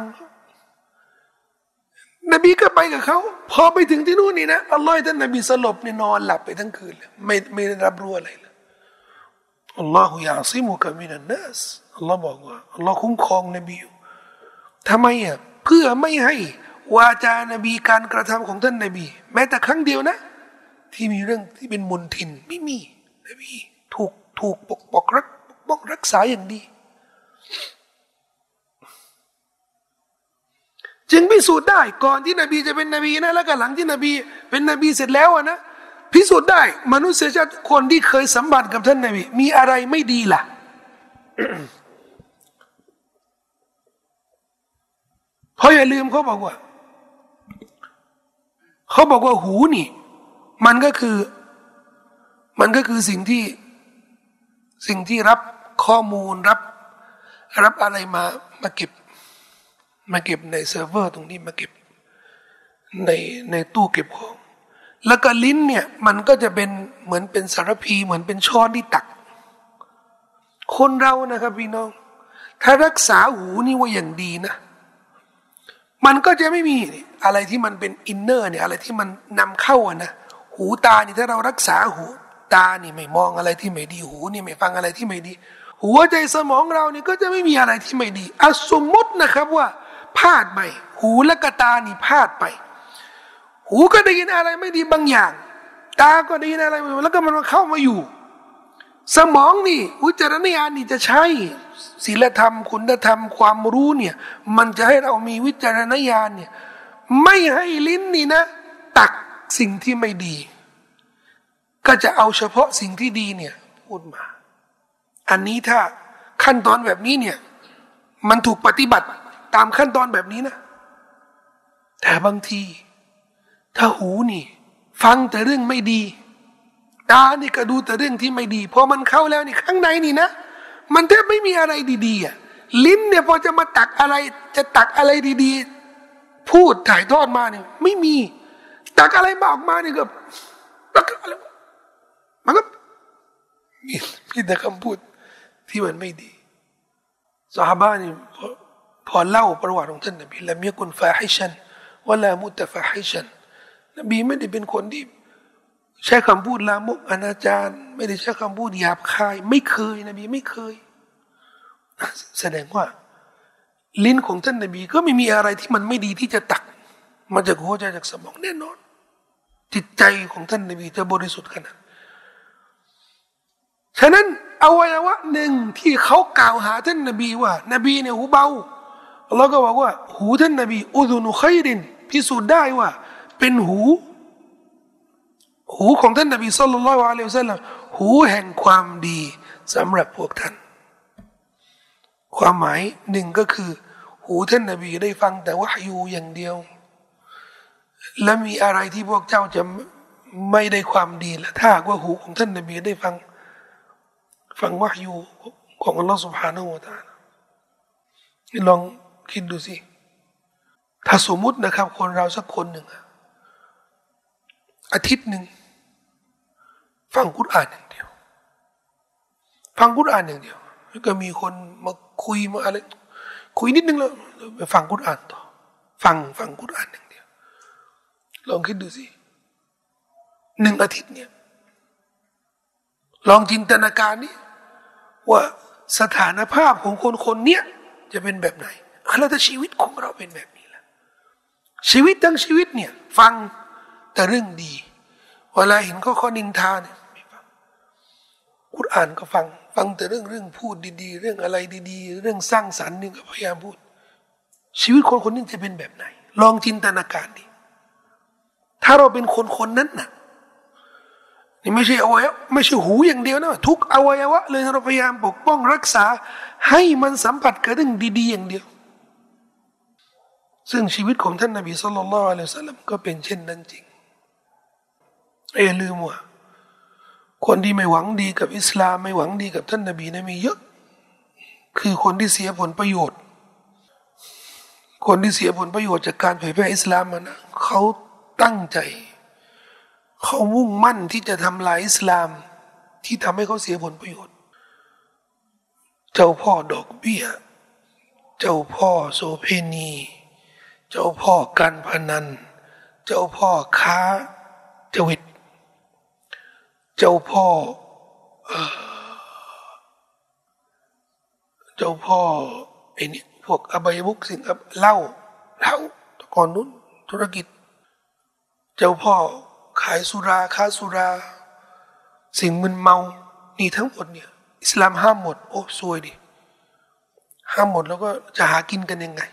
นบีก็ไปกับเขาพอไปถึงที่นู่นนี่นะอัลลอฮ์ท่านนบีสลบเนี่ยนอนหลับไปทั้งคืนเลยไม่ได้รับรู้อะไรเลยอัลลอฮฺยาซิมุกะมินันนัสอัลลอฮ์บอกว่าอัลลอฮ์คุ้มครองนบีอยู่ทำไมเพื่อไม่ให้วาจานบีการกระทำของท่านนบีแม้แต่ครั้งเดียวนะที่มีเรื่องที่เป็นมลทินไม่มีนบีถูกปกป้องรักษาอย่างดีจึงพิสูจน์ได้ก่อนที่นบีจะเป็นนบีนะแล้วก็หลังที่นบีเป็นนบีเสร็จแล้วนะพิสูจน์ได้มนุษยชาติคนที่เคยสัมผัสกับท่านนบีมีอะไรไม่ดีล่ะ เพราะอย่าลืมเขาบอกว่าหูนี่มันก็คือสิ่งที่รับข้อมูลรับอะไรมาเก็บในเซิร์ฟเวอร์ตรงนี้มาเก็บในตู้เก็บของแล้วก็ลิ้นเนี่ยมันก็จะเป็นเหมือนเป็นสารพีเหมือนเป็นช้อนที่ตักคนเรานะครับพี่น้องถ้ารักษาหูนี่ว่าอย่างดีนะมันก็จะไม่มีอะไรที่มันเป็นอินเนอร์เนี่ยอะไรที่มันนำเข้านะหูตานี่ถ้าเรารักษาหูตานี่ไม่มองอะไรที่ไม่ดีหูนี่ไม่ฟังอะไรที่ไม่ดีหัวใจสมองเรานี่ก็จะไม่มีอะไรที่ไม่ดีสมมตินะครับว่าพลาดไปหูและกตานี่พลาดไปหูก็ได้ยินอะไรไม่ดีบางอย่างตาก็ได้ยินอะไรแล้วก็มันเข้ามาอยู่สมองนี่วิจารณญาณนี่จะใช้ศีลธรรมคุณธรรมความรู้เนี่ยมันจะให้เรามีวิจารณญาณเนี่ยไม่ให้ลิ้นนี่นะตักสิ่งที่ไม่ดีก็จะเอาเฉพาะสิ่งที่ดีเนี่ยพูดมาอันนี้ถ้าขั้นตอนแบบนี้เนี่ยมันถูกปฏิบัติตามขั้นตอนแบบนี้นะแต่บางทีถ้าหูนี่ฟังแต่เรื่องไม่ดีตานี่ก็ดูแต่เรื่องที่ไม่ดีพอมันเข้าแล้วนี่ข้างในนี่นะมันแทบไม่มีอะไรดีๆลิ้นเนี่ยพอจะมาตักอะไรจะตักอะไรดีๆพูดถ่ายทอดมาเนี่ยไม่มีตักอะไรมาออกมาเนี่ยก็มันก็มีแต่คำพูดที่มันไม่ดีซอฮาบะห์นี่พอเล่าประวัติของท่านนบีละมีกุนฟาฮิชันวะลามุตฟาฮิชันนบีไม่ได้เป็นคนที่ใช้คำพูดลามกอนาจารไม่ได้ใช้คำพูดหยาบคายไม่เคยนบีไม่เคยแสดงว่าลิ้นของท่านนบีก็ไม่มีอะไรที่มันไม่ดีที่จะตักมาจากหัวใจจากสมองแน่นอนจิตใจของท่านนบีจะบริสุทธิ์ขนาดฉะนั้นอวัยวะหนึ่งที่เขากล่าวหาท่านนบีว่านบีเนี่ยหูเบาเราก็บอกว่าหูท่านนบีอุดุนุคัยรินพิสูจน์ได้ว่าเป็นหูของท่านนบีศ็อลลัลลอฮุอะลัยฮิวะซัลลัมหูแห่งความดีสำหรับพวกท่านความหมายหนึ่งก็คือหูท่านนบีได้ฟังแต่วะฮยูอย่างเดียวและมีอะไรที่พวกเจ้าจะไม่ได้ความดีและถ้าว่าหูของท่านนบีได้ฟังวะฮยูของอัลลอฮฺ سبحانه และ تعالى ลองคิดดูสิถ้าสมมุตินะครับคนเราสักคนหนึ่งอาทิตย์หนึ่งฟังกุรอานอย่างเดียวแล้วก็มีคนมาคุยมาอะไรคุยนิดนึงแล้วไปฟังกุรอานต่อฟังกุรอานอย่างเดียวลองคิดดูสิ1 อาทิตย์เนี่ยลองจินตนาการนี่ว่าสถานภาพของคนคนเนี้ยจะเป็นแบบไหนแล้วถ้าชีวิตของเราเป็นแบบนี้ล่ะชีวิตทั้งชีวิตเนี่ยฟังแต่เรื่องดีเวลาเห็นข้อนินทาเนี่ยไม่ฟังกุรอานก็ฟังแต่เรื่องพูดดีๆเรื่องอะไรดีๆเรื่องสร้างสรรค์นี่ก็พยายามพูดชีวิตคนคนนี้จะเป็นแบบไหนลองจินตนาการดิถ้าเราเป็นคนนั้นน่ะนี่ไม่ใช่อวัยวะไม่ใช่หูอย่างเดียวนะทุกอวัยวะเลยเราพยายามปกป้องรักษาให้มันสัมผัสกับเรื่องดีๆอย่างเดียวซึ่งชีวิตของท่านนบีศ็อลลัลลอฮุอะลัยฮิวะซัลลัมก็เป็นเช่นนั้นจริงอย่าลืมว่าคนที่ไม่หวังดีกับอิสลามไม่หวังดีกับท่านนบีนะมีเยอะคือคนที่เสียผลประโยชน์คนที่เสียผลประโยชน์จากการเผยแพร่อิสลามนะเขาตั้งใจเขามุ่งมั่นที่จะทำลายอิสลามที่ทำให้เขาเสียผลประโยชน์เจ้าพ่อดอกเบี้ยเจ้าพ่อโสเพณีเจ้าพ่อการพนันเจ้าพ่อค้าจวิตเจ้าพ่อไอ้นี่พวกอบายมุขสิ่งเหล้าก่อนนู้นธุรกิจเจ้าพ่อขายสุราค้าสุราสิ่งมึนเมานี่ทั้งหมดเนี่ยอิสลามห้ามหมดโอ้ซวยดิห้ามหมดแล้วก็จะหากินกันยังไง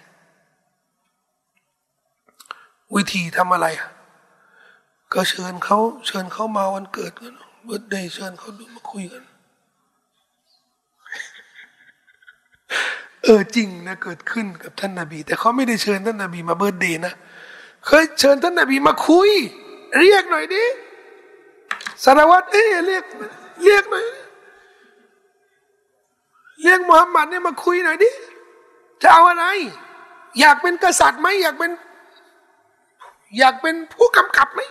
วิธีทำอะไรก็เชิญเขามาวันเกิดกันเบิร์ธเดย์เชิญเขาดูมาคุยกันจริงนะเกิดขึ้นกับท่านนบีแต่เขาไม่ได้เชิญท่านนบีมาเบิร์ธเดย์นะเคยเชิญท่านนบีมาคุยเรียกหน่อยดิสารวัตรเรียกหน่อยเรียกมุฮัมมัดเนี่ยมาคุยหน่อยดิจะเอาอะไรอยากเป็นกษัตริย์ไหมอยากเป็นผู้กำกับไหม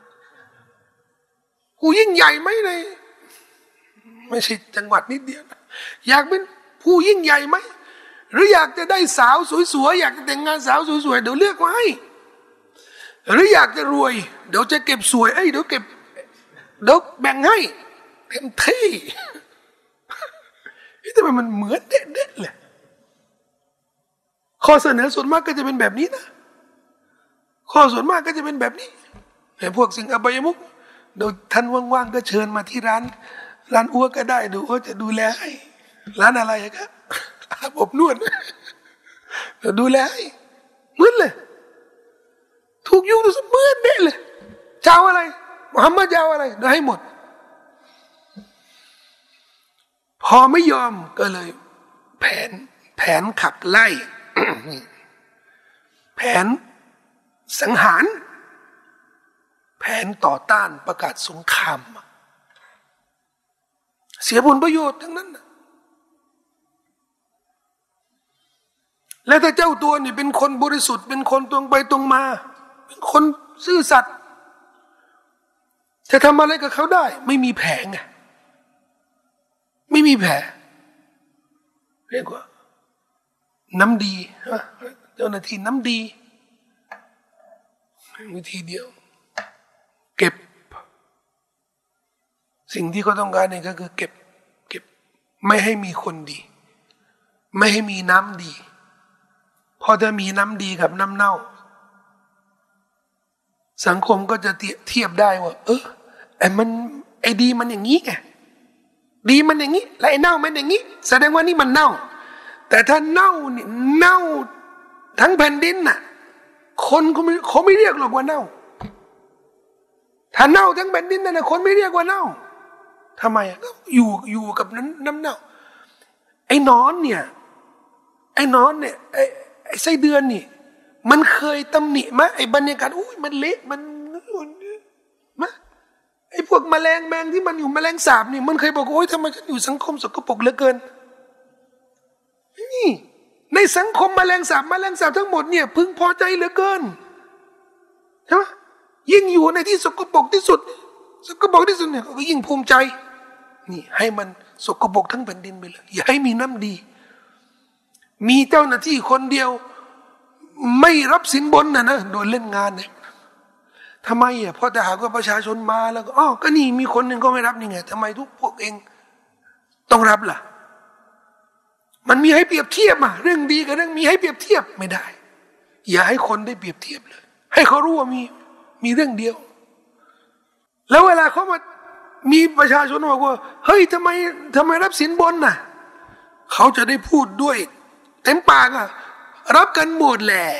ผู้ยิ่งใหญ่ไหมเลยไม่ใช่จังหวัดนิดเดียวอยากเป็นผู้ยิ่งใหญ่ไหมหรืออยากจะได้สาวสวยๆอยากจะแต่งงานสาวสวยๆเดี๋ยวเลือกมาให้หรืออยากจะรวยเดี๋ยวจะเก็บสวยเดี๋ยวแบ่งให้เต็มที่ทำไมมันเหมือนเด็ดๆเลยข้อเสนอส่วนมากก็จะเป็นแบบนี้นะข้อส่วนมากก็จะเป็นแบบนี้ไอ้พวกสิ่งอบายมุขเดี๋ยวท่านว่างๆก็เชิญมาที่ร้านอ้วก็ได้ดูว่าจะดูแลให้ร้านอะไรครับอาบอบนวดดูแลให้เหมือนเลยถูกยุ่งเหมือนเด็ดเลยเจ้าอะไรมุฮัมมัดเจ้าอะไรเดี๋ยวให้หมดพอไม่ยอมก็เลยแผนขับไล่ แผนสังหารแผนต่อต้านประกาศสงครามเสียผลประโยชน์ทั้งนั้นและถ้าเจ้าตัวนี่เป็นคนบริสุทธิ์เป็นคนตรงไปตรงมาเป็นคนซื่อสัตย์จะทำอะไรกับเขาได้ไม่มีแผลไงไม่มีแผลเรียกว่าน้ำดีเจ้าหน้าที่น้ำดีวิธีเดียวเก็บสิ่งที่เขาต้องการนี่ก็คือเก็บไม่ให้มีคนดีไม่ให้มีน้ำดีพอจะมีน้ำดีกับน้ำเน่าสังคมก็จะเทียบได้ว่าไอ้ดีมันอย่างนี้ไงดีมันอย่างนี้และไอ้เน่ามันอย่างนี้แสดงว่านี่มันเน่าแต่ถ้าเน่าเนี่ยเน่าทั้งแผ่นดินน่ะคนเขาไม่เรียกหรอกว่าเน่าถ้าเน่าทั้งแผ่นดินนั่นนะคนไม่เรียกว่าเน่าทำไมก็อยู่กับน้ำเน่าไอ้นอนเนี่ยไอ้ไส้เดือนนี่มันเคยตำหนิไหมไอ้บรรยากาศอุ้ยมันเละมันมะไอ้พวกแมลงที่มันอยู่แมลงสาบนี่มันเคยบอกว่าโอ้ยทำไมฉันอยู่สังคมสกปรกเหลือเกินนี่ในสังคมแมลงสาบทั้งหมดเนี่ยพึงพอใจเหลือเกินใช่ไหมยิ่งอยู่ในที่สกปรกที่สุดเนี่ยก็ยิ่งภูมิใจนี่ให้มันสกปรกทั้งแผ่นดินไปเลยอย่าให้มีน้ำดีมีเจ้าหน้าที่คนเดียวไม่รับสินบนนะโดนเล่นงานเนี่ยทำไมอ่ะเพราะแต่หากว่าประชาชนมาแล้วก็ก็นี่มีคนหนึ่งก็ไม่รับนี่ไงทำไมทุกพวกเองต้องรับล่ะมันมีให้เปรียบเทียบเรื่องดีกับเรื่องมีให้เปรียบเทียบไม่ได้อย่าให้คนได้เปรียบเทียบเลยให้เขารู้ว่ามีเรื่องเดียวแล้วเวลาเขามามีประชาชนบอกว่าเฮ้ยทำไมรับสินบนน่ะเขาจะได้พูดด้วยเต็มปากรับกันหมดแหละ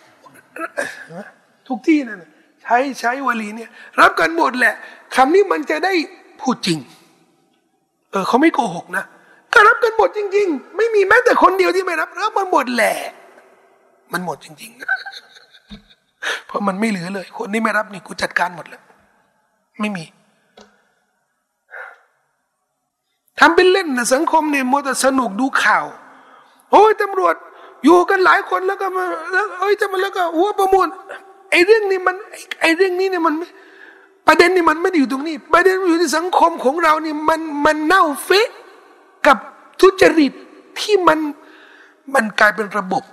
ทุกที่นั่นใช้วลีเนี่ยรับกันหมดแหละคำนี้มันจะได้พูดจริงเขาไม่โกหกนะก็รับกันหมดจริงๆไม่มีแม้แต่คนเดียวที่ไม่รับมันหมดแหละมันหมดจริงๆเพราะมันไม่เหลือเลยคนที่ไม่รับนี่กูจัดการหมดแล้วไม่มีทำเป็นเล่นนะสังคมเนี่ยมัวแต่สนุกดูข่าวโอ้ยตำรวจอยู่กันหลายคนแล้วก็มาแล้วจะมาแล้วก็หัวประมูลไอ้เรื่องนี้มันไอ้เรื่องนี้เนี่ยมันประเด็นนี่มันไม่ได้อยู่ตรงนี้ประเด็นอยู่ที่สังคมของเรานี่มันเน่าเฟะกับทุจริตที่มันกลายเป็นระบบ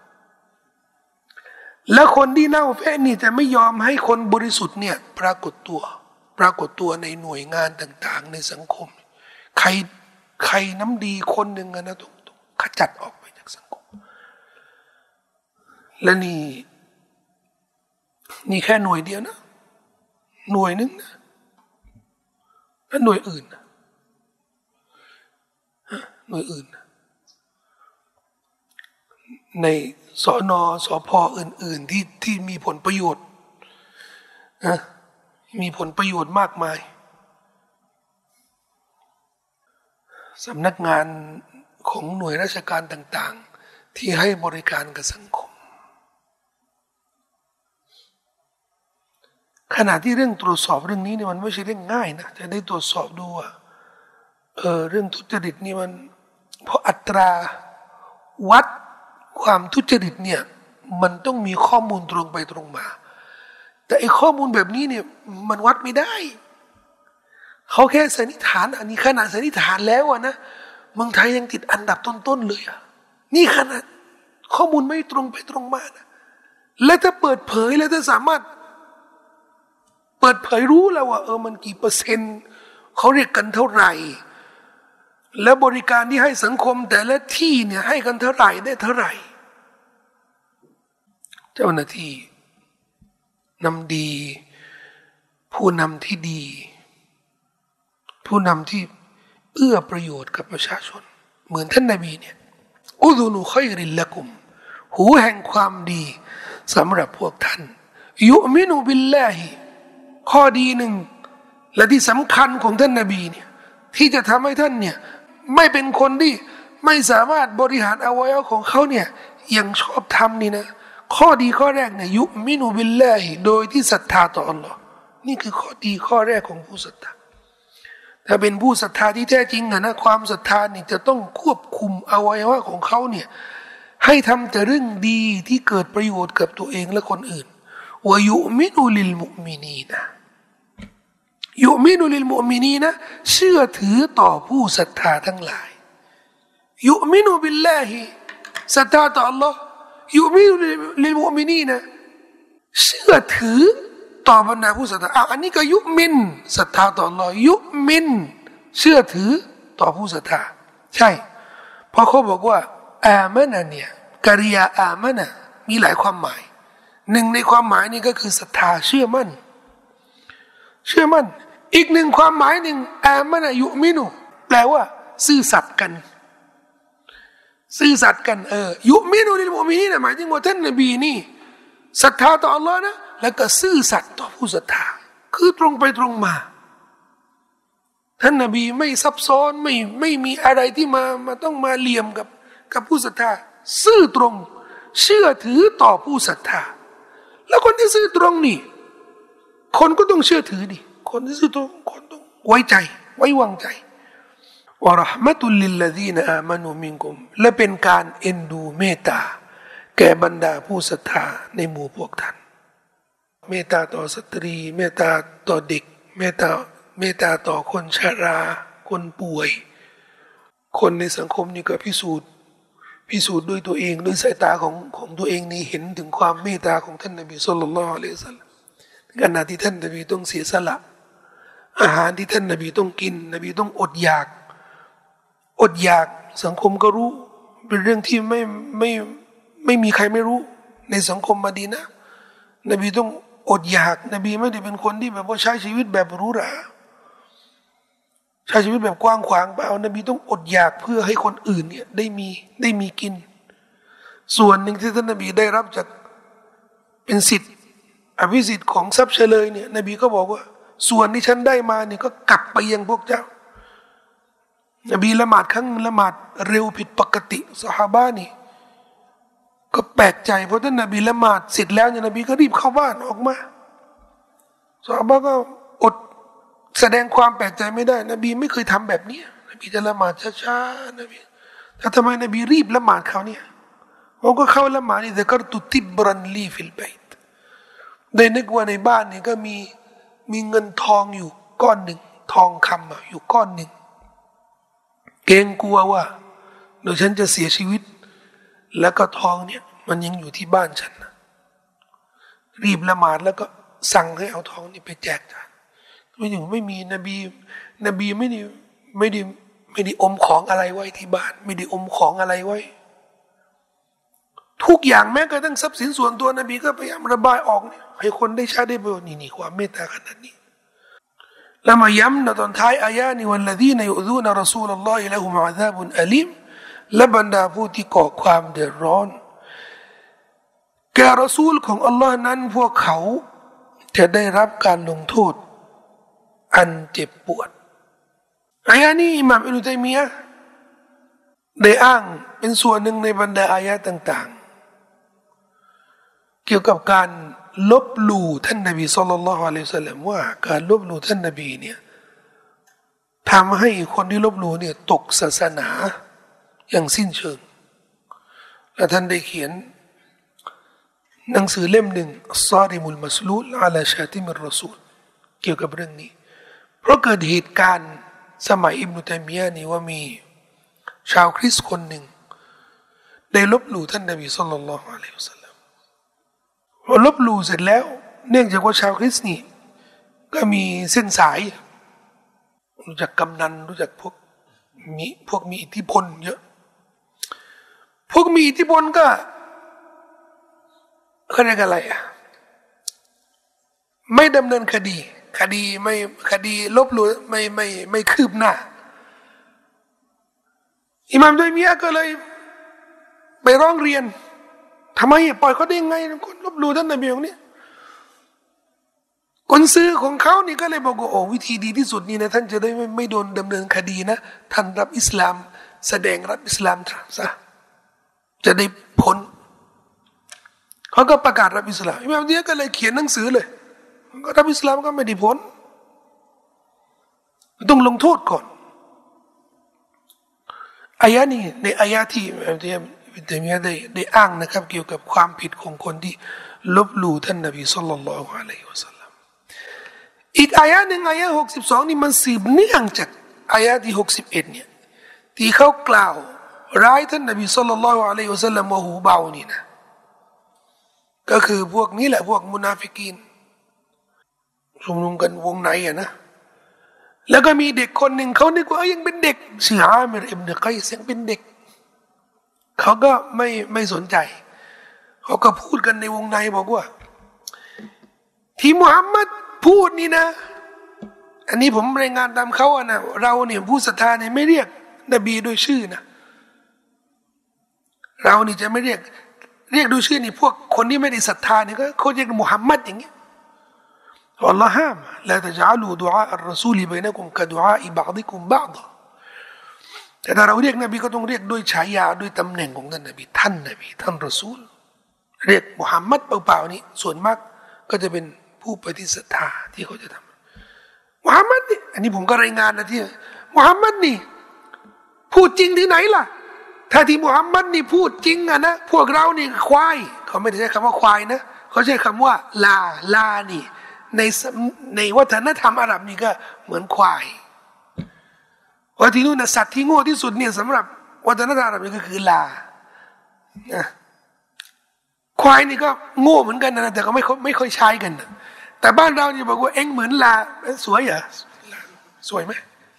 แล้วคนที่เน่าเฟะนี่จะไม่ยอมให้คนบริสุทธิ์เนี่ยปรากฏตัวในหน่วยงานต่างๆในสังคมใครน้ำดีคนหนึ่งนะต้องขจัดออกไปจากสังคมและนี่แค่หน่วยเดียวนะหน่วยนึงนะแล้วหน่วยอื่นนะหน่วยอื่นนะในสน.สภ.อื่นๆที่มีผลประโยชน์นะมีผลประโยชน์มากมายสำนักงานของหน่วยราชการต่างๆที่ให้บริการกับสังคมขณะที่เรื่องตรวจสอบเรื่องนี้เนี่ยมันไม่ใช่เรื่องง่ายนะจะได้ตรวจสอบดูว่าเรื่องทุจริตนี่มันเพราะอัตราวัดความทุจริตเนี่ยมันต้องมีข้อมูลตรงไปตรงมาแต่ไอ้ข้อมูลแบบนี้เนี่ยมันวัดไม่ได้เขาแค่สันนิษฐานอันนี้ขนาดสันนิษฐานแล้วนะเมืองไทยยังติดอันดับต้นๆเลยนี่ขนาดข้อมูลไม่ตรงไปตรงมานะและถ้าเปิดเผยแล้วถ้าสามารถเปิดเผยรู้แล้วว่ามันกี่เปอร์เซ็นต์เขาเรียกกันเท่าไหร่และบริการที่ให้สังคมแต่ละที่เนี่ยให้กันเท่าไหร่ได้เท่าไหร่เจ้าหน้าที่นำดีผู้นำที่ดีผู้นำที่เอื้อประโยชน์กับประชาชนเหมือนท่านนบีเนี่ยอุดุนุขัยริลละกุมหูแห่งความดีสำหรับพวกท่านยุมินุบิลลาฮิข้อดีหนึ่งและที่สำคัญของท่านนบีเนี่ยที่จะทำให้ท่านเนี่ยไม่เป็นคนที่ไม่สามารถบริหารอวัยวะของเขาเนี่ยยังชอบทำนี่นะข้อดีข้อแรกเนี่ยยุมินุบิลลาฮิโดยที่ศรัทธาต่ออัลลอฮ์นี่คือข้อดีข้อแรกของผู้ศรัทธาถ้าเป็นผู้ศรัทธาที่แท้จริงนะความศรัทธานี่จะต้องควบคุมอวัยวะของเขาเนี่ยให้ทำแต่เรื่องดีที่เกิดประโยชน์กับตัวเองและคนอื่นวายุมินุลิลมุมินีนะยุมินุลิลมุมินีนะเชื่อถือต่อผู้ศรัทธาทั้งหลายยุมินุบิลลาฮิศรัทธาต่อ Allah ยุมินุลิลมุมินีนะเชื่อถือต่อบรรดาผู้ศรัทธาอันนี้ก็ยุมินศรัทธาต่อ Allah ยุมินเชื่อถือต่อผู้ศรัทธาใช่เพราะเขาบอกว่าอามานะเนี่ยกริยาอามานะมีหลายความหมายหนึ่งในความหมายนี่ก็คือศรัทธาเชื่อมั่นอีกหนึ่งความหมายหนึ่งอามานะยุมินุแปลว่าซื่อสัตย์กันยุมินุลิลมุมินีนะหมายถึงว่าท่านนบีนี่ศรัทธาต่อ Allah นะแล้วก็ซื่อสัตย์ต่อผู้ศรัทธาคือตรงไปตรงมาท่านนบีไม่ซับซ้อนไม่มีอะไรที่มาต้องมาเหลี่ยมกับผู้ศรัทธาซื่อตรงเชื่อถือต่อผู้ศรัทธาแล้วคนที่ซื่อตรงนี่คนก็ต้องเชื่อถือดิคนที่ซื่อตรงคนต้องไว้ใจไว้วางใจวะเราะห์มะตุลลิลลซีนอามานูมินกุมและเป็นการเอ็นดูเมตตาแก่บรรดาผู้ศรัทธาในหมู่พวกท่านเมตตาต่อสตรีเมตตาต่อเด็กเมตตาต่อคนชราคนป่วยคนในสังคมนี่ก็พิสูจน์ด้วยตัวเองด้วยสายตาของตัวเองนี่เห็นถึงความเมตตาของท่านนบีศ็อลลัลลอฮุอะลัยฮิวะซัลลัมขณะที่ท่านนบีต้องเสียสละอาหารที่ท่านนบีต้องกินนบีต้องอดอยากสังคมก็รู้เป็นเรื่องที่ไม่มีใครไม่รู้ในสังคมมะดีนะห์นบีต้องอดอยากนบีไม่ได้เป็นคนที่แบบว่าใช้ชีวิตแบบหรูหราใช้ชีวิตแบบกว้างขวางเปล่านบีต้องอดอยากเพื่อให้คนอื่นเนี่ยได้มีกินส่วนหนึ่งที่ท่านนบีได้รับจากเป็นสิทธิ์อภิสิทธิ์ของทรัพย์เฉลยเนี่ยนบีก็บอกว่าส่วนที่ฉันได้มาเนี่ยก็กลับไปยังพวกเจ้านบีละหมาดครั้งละหมาดเร็วผิดปกติซอฮาบะห์นี่ก็แปลกใจเพราะท่านนบีละหมาดเสร็จแล้วเนี่ยนบีก็รีบเข้าบ้านออกมาซอฮาบะห์ก็อดแสดงความแปลกใจไม่ได้นบีไม่เคยทำแบบนี้นบีจะละหมาดช้าๆนบีแต่ทำไมนบีรีบละหมาดเขาเนี่ยเขาก็เข้าละหมาดนี่แต่ก็ตุติบรันลีฟิลไบต์ได้นึกว่าในบ้านเนี่ยก็มีเงินทองอยู่ก้อนหนึ่งทองคำอยู่ก้อนหนึ่งเกรงกลัวว่าเดี๋ยวฉันจะเสียชีวิตแล้วก็ทองเนี่ยมันยังอยู่ที่บ้านฉันนะรีบละหมาดแล้วก็สั่งให้เอาทองนี่ไปแจกจ่ายไม่มีนบีไม่ได้อมของอะไรไว้ที่บ้านไม่ได้อมของอะไรไว้ทุกอย่างแม้กระทั่งทรัพย์สินส่วนตัวนบีก็พยายามระบายออกเนี่ยให้คนได้ใช้ได้ประโยชน์นี่ความเมตตาขนาดนี้แล้วมาย้ำในตอนท้ายอายะนี้วัลลดีนยุซูนรอซูลุลลอฮิละฮุมอาซาบุนอะลีมและบรรดาผู้ที่ก่อความเดือดร้อนแก่รอซูลของอัลลอฮ์นั้นพวกเขาจะได้รับการลงโทษอันเจ็บปวดอายะนี้อิหม่ามอิบนุตัยมียะห์ได้อ้างเป็นส่วนหนึ่งในบรรดาอายะต่างๆเกี่ยวกับการลบหลู่ท่านนบีศ็อลลัลลอฮุอะลัยฮิวะซัลลัมว่าการลบหลู่ท่านนบีเนี่ยทำให้คนที่ลบหลู่เนี่ยตกศาสนาอย่างสิ้นเชิงและท่านได้เขียนหนังสือเล่มหนึ่งซาริมุลมัสลูลอะลาชาติมิรรอซูลเกี่ยวกับเรื่องนี้เพราะเกิดเหตุการณ์สมัยอิบนุตัยมียะห์นี่ว่ามีชาวคริสต์คนหนึ่งได้ลบหลู่ท่านนบีศ็อลลัลลอฮุอะลัยฮิวะซัลลัมพอลบหลู่เสร็จแล้วเนื่องจากว่าชาวคริสต์นี่ก็มีเส้นสายรู้จักกำนันรู้จักพวกมีอิทธิพลเยอะพวกมีอิทธิพลก็เขาเรียกอะไรไม่ดำเนินคดีลบหลู่ไม่คืบหน้าอิหม่ามตัยมียะห์ก็เลยไปร้องเรียนทำไมปล่อยเขาได้ไงคนลบหลู่ท่านนบีองนี้คนซื้อของเขานี่ก็เลยบอกว่าโอ้วิธีดีที่สุดนี่นะท่านจะได้ไม่โดนดำเนินคดีนะท่านรับอิสลามแสดงรับอิสลามซะจะได้พ้นเขาก็ประกาศรับอิสลามอิหม่ามตัยมียะห์ก็เลยเขียนหนังสือเลยก็รับอิสลามก็ไม่ได้พ้นต้องลงโทษก่อนอายะนี้ในอายะที่อิหม่ามตัยมียะห์ได้อ้างนะครับเกี่ยวกับความผิดของคนที่ลบหลู่ท่านนบีศ็อลลัลลอฮุอะลัยฮิวะซัลลัมอีกอายะหนึ่งอายะ62นี่มันสืบเนื่องจากอายะที่61เนี่ยที่เขากล่าวร้ายท่านนบีศ็อลลัลลอฮุอะลัยฮิวะซัลลัมว่าหูเบานี่นะก็คือพวกนี้แหละพวกมุนาฟิกีนชุมนุมกันวงในนะแล้วก็มีเด็กคนหนึ่งเขานึกว่ายังเป็นเด็กชื่ออามิรอิบนุกัยซยังเป็นเด็กเขาก็ไม่สนใจเขาก็พูดกันในวงในบอกว่าที่มุฮัมมัดพูดนี่นะอันนี้ผมรายงานตามเขาอะนะเราเนี่ยผู้ศรัทธาเนี่ยไม่เรียกนบีโดยชื่อนะเรานี่จะไม่เรียกโดยชื่อนี่พวกคนที่ไม่ได้ศรัทธาเนี่ยก็เขาเรียกมุฮัมมัดอย่างเงี้ยอัลลอฮ์ห้ามละตะจาลูดุอาอัลรอซูลิบัยนะกุมกะดุอาอิบะอดิกุมบะอฎอแต่ถ้าเราเรียกนบีก็ต้องเรียกด้วยฉายาด้วยตำแหน่งของท่านนบีท่านนบีท่านรอซูลเรียกมุฮัมมัดเปล่าๆนี่ส่วนมากก็จะเป็นผู้ปฏิเสธที่เขาจะทำมุฮัมมัดนี่อันนี้ผมก็รายงานนะที่มุฮัมมัดนี่พูดจริงที่ไหนล่ะถ้าที่มุฮัมมัดนี่พูดจริงอะนะพวกเรานี่ควายเขาไม่ได้ใช้คำว่าควายนะเขาใช้คำว่าลานี่ในวัฒนธรรมอาหรับนี่ก็เหมือนควายว่าที่นู่นนะสัตว์ที่โง่ที่สุดเนี่ยสำหรับวัฒนธรรมอาหรับนี่ก็คือลาควายนี่ก็โง่เหมือนกันนะแต่ก็ไม่ค่อยใช้กันนะแต่บ้านเราเนี่ยบอกว่าเอ็งเหมือนลาสวยเหรอสวยไหม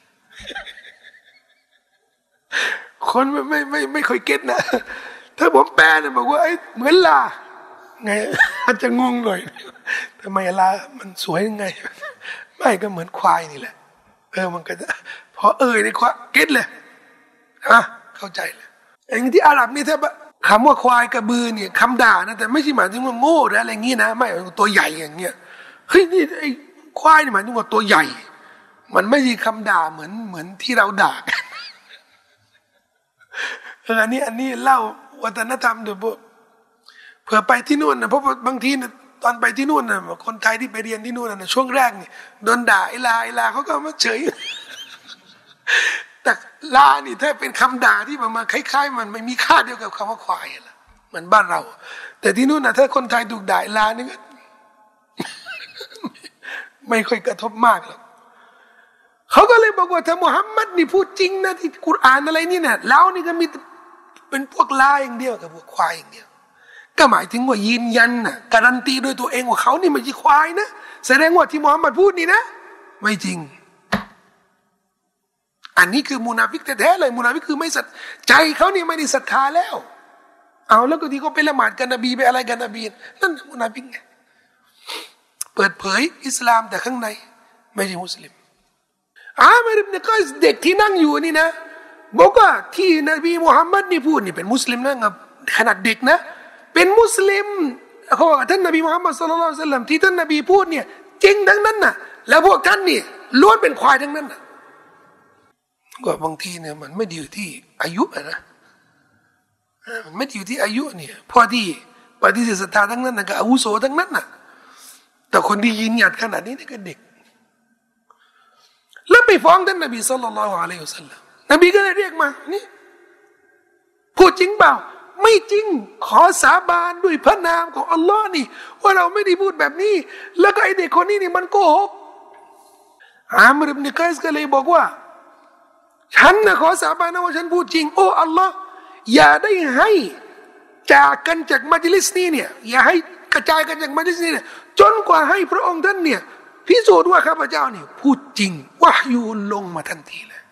คนไม่ค่อยเก็ตนะถ้าผมแปลเนี่ยบอกว่าไอ้เหมือนลาไงอาจจะงงหน่อยทำไมลามันสวยยังไงไม่ก็เหมือนควายนี่แหละมันก็จะพอในควายเก็ตเลยเข้าใจเลยอย่างที่อาหรับนี่ถ้าคำว่าควายกระบือเนี่ยคำด่านะแต่ไม่ใช่หมายถึงว่าโง่หรืออะไรงี้นะไม่ตัวใหญ่อย่างเงี้ยเฮ้ยนี่ไอ้ควายนี่หมายถึงว่าตัวใหญ่มันไม่ใช่คำด่าเหมือนที่เราด่าอันนี้เล่าวัฒนธรรมเดี๋ยวเผื่อไปที่นู่นนะเพราะบางทีนะตอนไปที่นู่นนะคนไทยที่ไปเรียนที่นู่นนะช่วงแรกนี่โดนด่าไอ้ลาเขาก็มาเฉยแต่ลานี่ถ้าเป็นคำด่าที่ประมาณคล้ายๆมันไม่มีค่าเดียวกับคำว่าควายละเหมือนบ้านเราแต่ที่นู่นนะถ้าคนไทยถูกด่าลานี่ก็ ไม่ค่อยกระทบมากหรอกเขาก็เลยบอกว่าถ้ามุฮัมมัดนี่พูดจริงนะที่กุรอานอะไรนี่เนี่ยเรานี่ก็มีเป็นพวกลาอย่างเดียวกับพวกควายอย่างเดียวก็หมายถึงว่ายืนยันนะการันตีด้วยตัวเองว่าเขานี่ไม่ใช่ควายนะแสดงว่าที่มุฮัมมัดพูดนี่นะไม่จริงอันนี้คือมุนาฟิกแท้ๆเลยมุนาฟิกคือไม่สัตย์ใจเขานี่ไม่ได้ศรัทธาแล้วเอาแล้วก็ที่เขาไปละหมาดกันนบีไปอะไรกันนบีนั่นมุนาฟิกไงเปิดเผยอิสลามแต่ข้างในไม่ใช่มุสลิมอามัรอิบนุกอยซเด็กที่นั่งอยู่นี่นะบอกว่าที่นบีมุฮัมมัดนี่พูดนี่เป็นมุสลิมนะขนาดเด็กนะเป็นมุสลิมเขาบอกท่านนบีมุฮัมมัดศ็อลลัลลอฮุอะลัยฮิวะซัลลัมที่ท่านนบีพูดเนี่ยจริงทั้งนั้นน่ะแล้วพวกท่านนี่ล้วนเป็นควายทั้งนั้นน่ะก็บางทีเนี่ยมันไม่ได้อยู่ที่อายุนะมันไม่ได้อยู่ที่อายุเนี่ยพอที่ปฏิเสธศรัทธาทั้งนั้นน่ะก็อาวุโสทั้งนั้นน่ะแต่คนที่ยืนหยัดขนาดนี้นี่ก็เด็กแล้วไปฟ้องท่านนบีศ็อลลัลลอฮุอะลัยฮิวะซัลลัมนบีก็เลยเรียกมานี่พูดจริงเปล่าไม่จริงขอสาบานด้วยพระนามของอัลลอฮ์นี่ว่าเราไม่ได้พูดแบบนี้แล้วก็ไอเด็กคนนี้นี่มันโกหกอามัรอิบนุกอยซก็เลยบอกว่าฉันนะขอสาบานนะว่าฉันพูดจริงโอ้อัลลอฮ์อย่าได้ให้จากกันจากมัจลิสนี้เนี่ยอย่าให้กระจายกันจากมัจลิสนี้เนี่ยจนกว่าให้พระองค์ท่านเนี่ยพิสูจน์ว่าข้าพเจ้าเนี่ยพูดจริงวะยูลงมาทันทีเลย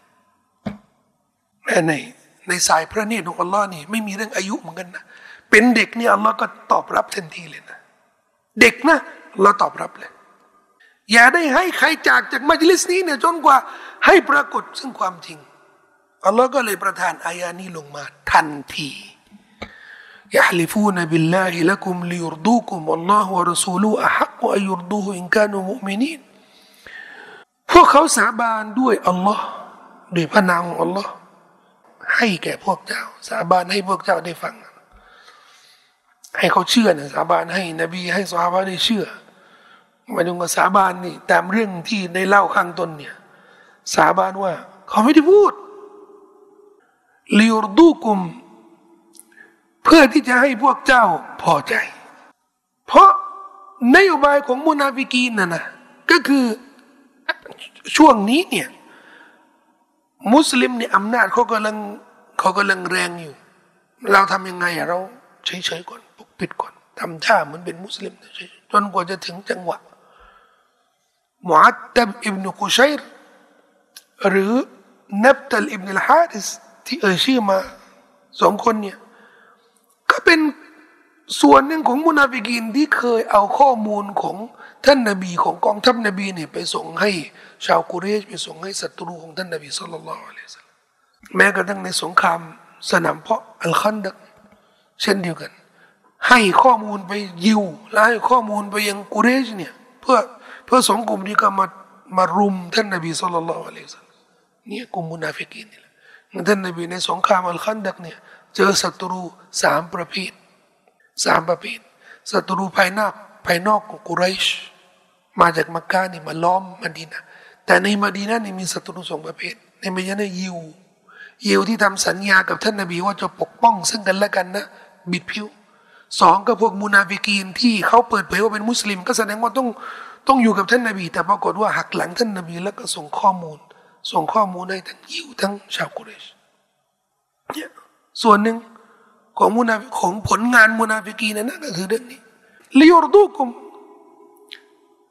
ในสายพระเนตรของอัลลอฮ์นี่ไม่มีเรื่องอายุเหมือนกันนะเป็นเด็กเนี่ยอัลลอฮ์ก็ตอบรับทันทีเลยนะเด็กนะอัลลอฮ์ตอบรับเลยอย่าได้ให้ใครจากมัจลิสนี้เนี่ยจนกว่าให้ปรากฏซึ่งความจริงอัลลอฮ์ก็เลยประทานอายานี้ลงมาทันทียะฮลิฟูนบิลลาฮิละกุมลิยุรดูกุมอัลลอฮฺวะรอซูลูอะฮักอัยยุรดูฮุอินกานูมุมินีนพวกเขาสาบานด้วยอัลลอฮ์ด้วยพระนามของอัลลอฮ์ให้แก่พวกเจ้าสาบานให้พวกเจ้าได้ฟังให้เขาเชื่อนะสาบานให้นบีให้ซอฮาบะห์ได้เชื่อหมายถึงว่าสาบานนี่ตามเรื่องที่ได้เล่าข้างต้นเนี่ยสาบานว่าเขาไม่ได้พูดลิยุรดูกุมเพื่อที่จะให้พวกเจ้าพอใจเพราะนโยบายของมุนาฟิกีนนะก็คือช่วงนี้เนี่ยมุสลิมเนี่ยอำนาจเขากำลังแรงอยู่เราทำยังไงอะเราเฉยๆก่อนปกปิดก่อนทำท่าเหมือนเป็นมุสลิมจนกว่าจะถึงจังหวะมุอัตตับอิบนุกุชัยรหรือนับตัลอิบนุลฮาริสที่ชื่อมาสองคนเนี่ยก็เป็นส่วนหนึ่งของมุนาฟิกีนที่เคยเอาข้อมูลของท่านนบีของกองทัพนบีเนี่ยไปส่งให้ชาวกุเรชไปส่งให้ศัตรูของท่านนบีศ็อลลัลลอฮุอะลัยฮิวะซัลลัมแม้กระทั่งในสงครามสนามเพาะอัลคันดักเช่นเดียวกันให้ข้อมูลไปยิวและให้ข้อมูลไปยังกุเรชเนี่ยเพื่อสองกลุ่มนี้ก็มารุมท่านนบีศ็อลลัลลอฮุอะลัยฮิวะซัลลัมเนี่ยกลุ่มมุนาฟิกีนนี่แหละท่านนบีในสงครามอัลคันดักเนี่ยเจอศัตรูสามประเภทศัตรูภายนอกของกุเรชมาจากมักกะนี่มาล้อมมะดีนะห์แต่ในมะดีนะห์นี่มีศัตรูสองประเภทในมะดีนะห์ยิวที่ทำสัญญากับท่านนบีว่าจะปกป้องซึ่งกันและกันนะบิดผิวสองก็พวกมุนาฟิกีนที่เขาเปิดเผยว่าเป็นมุสลิมก็แสดงว่าต้องอยู่กับท่านนบีแต่ปรากฏว่าหักหลังท่านนบีแล้วก็ส่งข้อมูลให้ทั้งยิวทั้งชาวกุเรชเนี่ยส่วนหนึ่งของผลงานมุนาฟิกีนนั่นก็คือเรื่องนี้ลิยุรดูกุม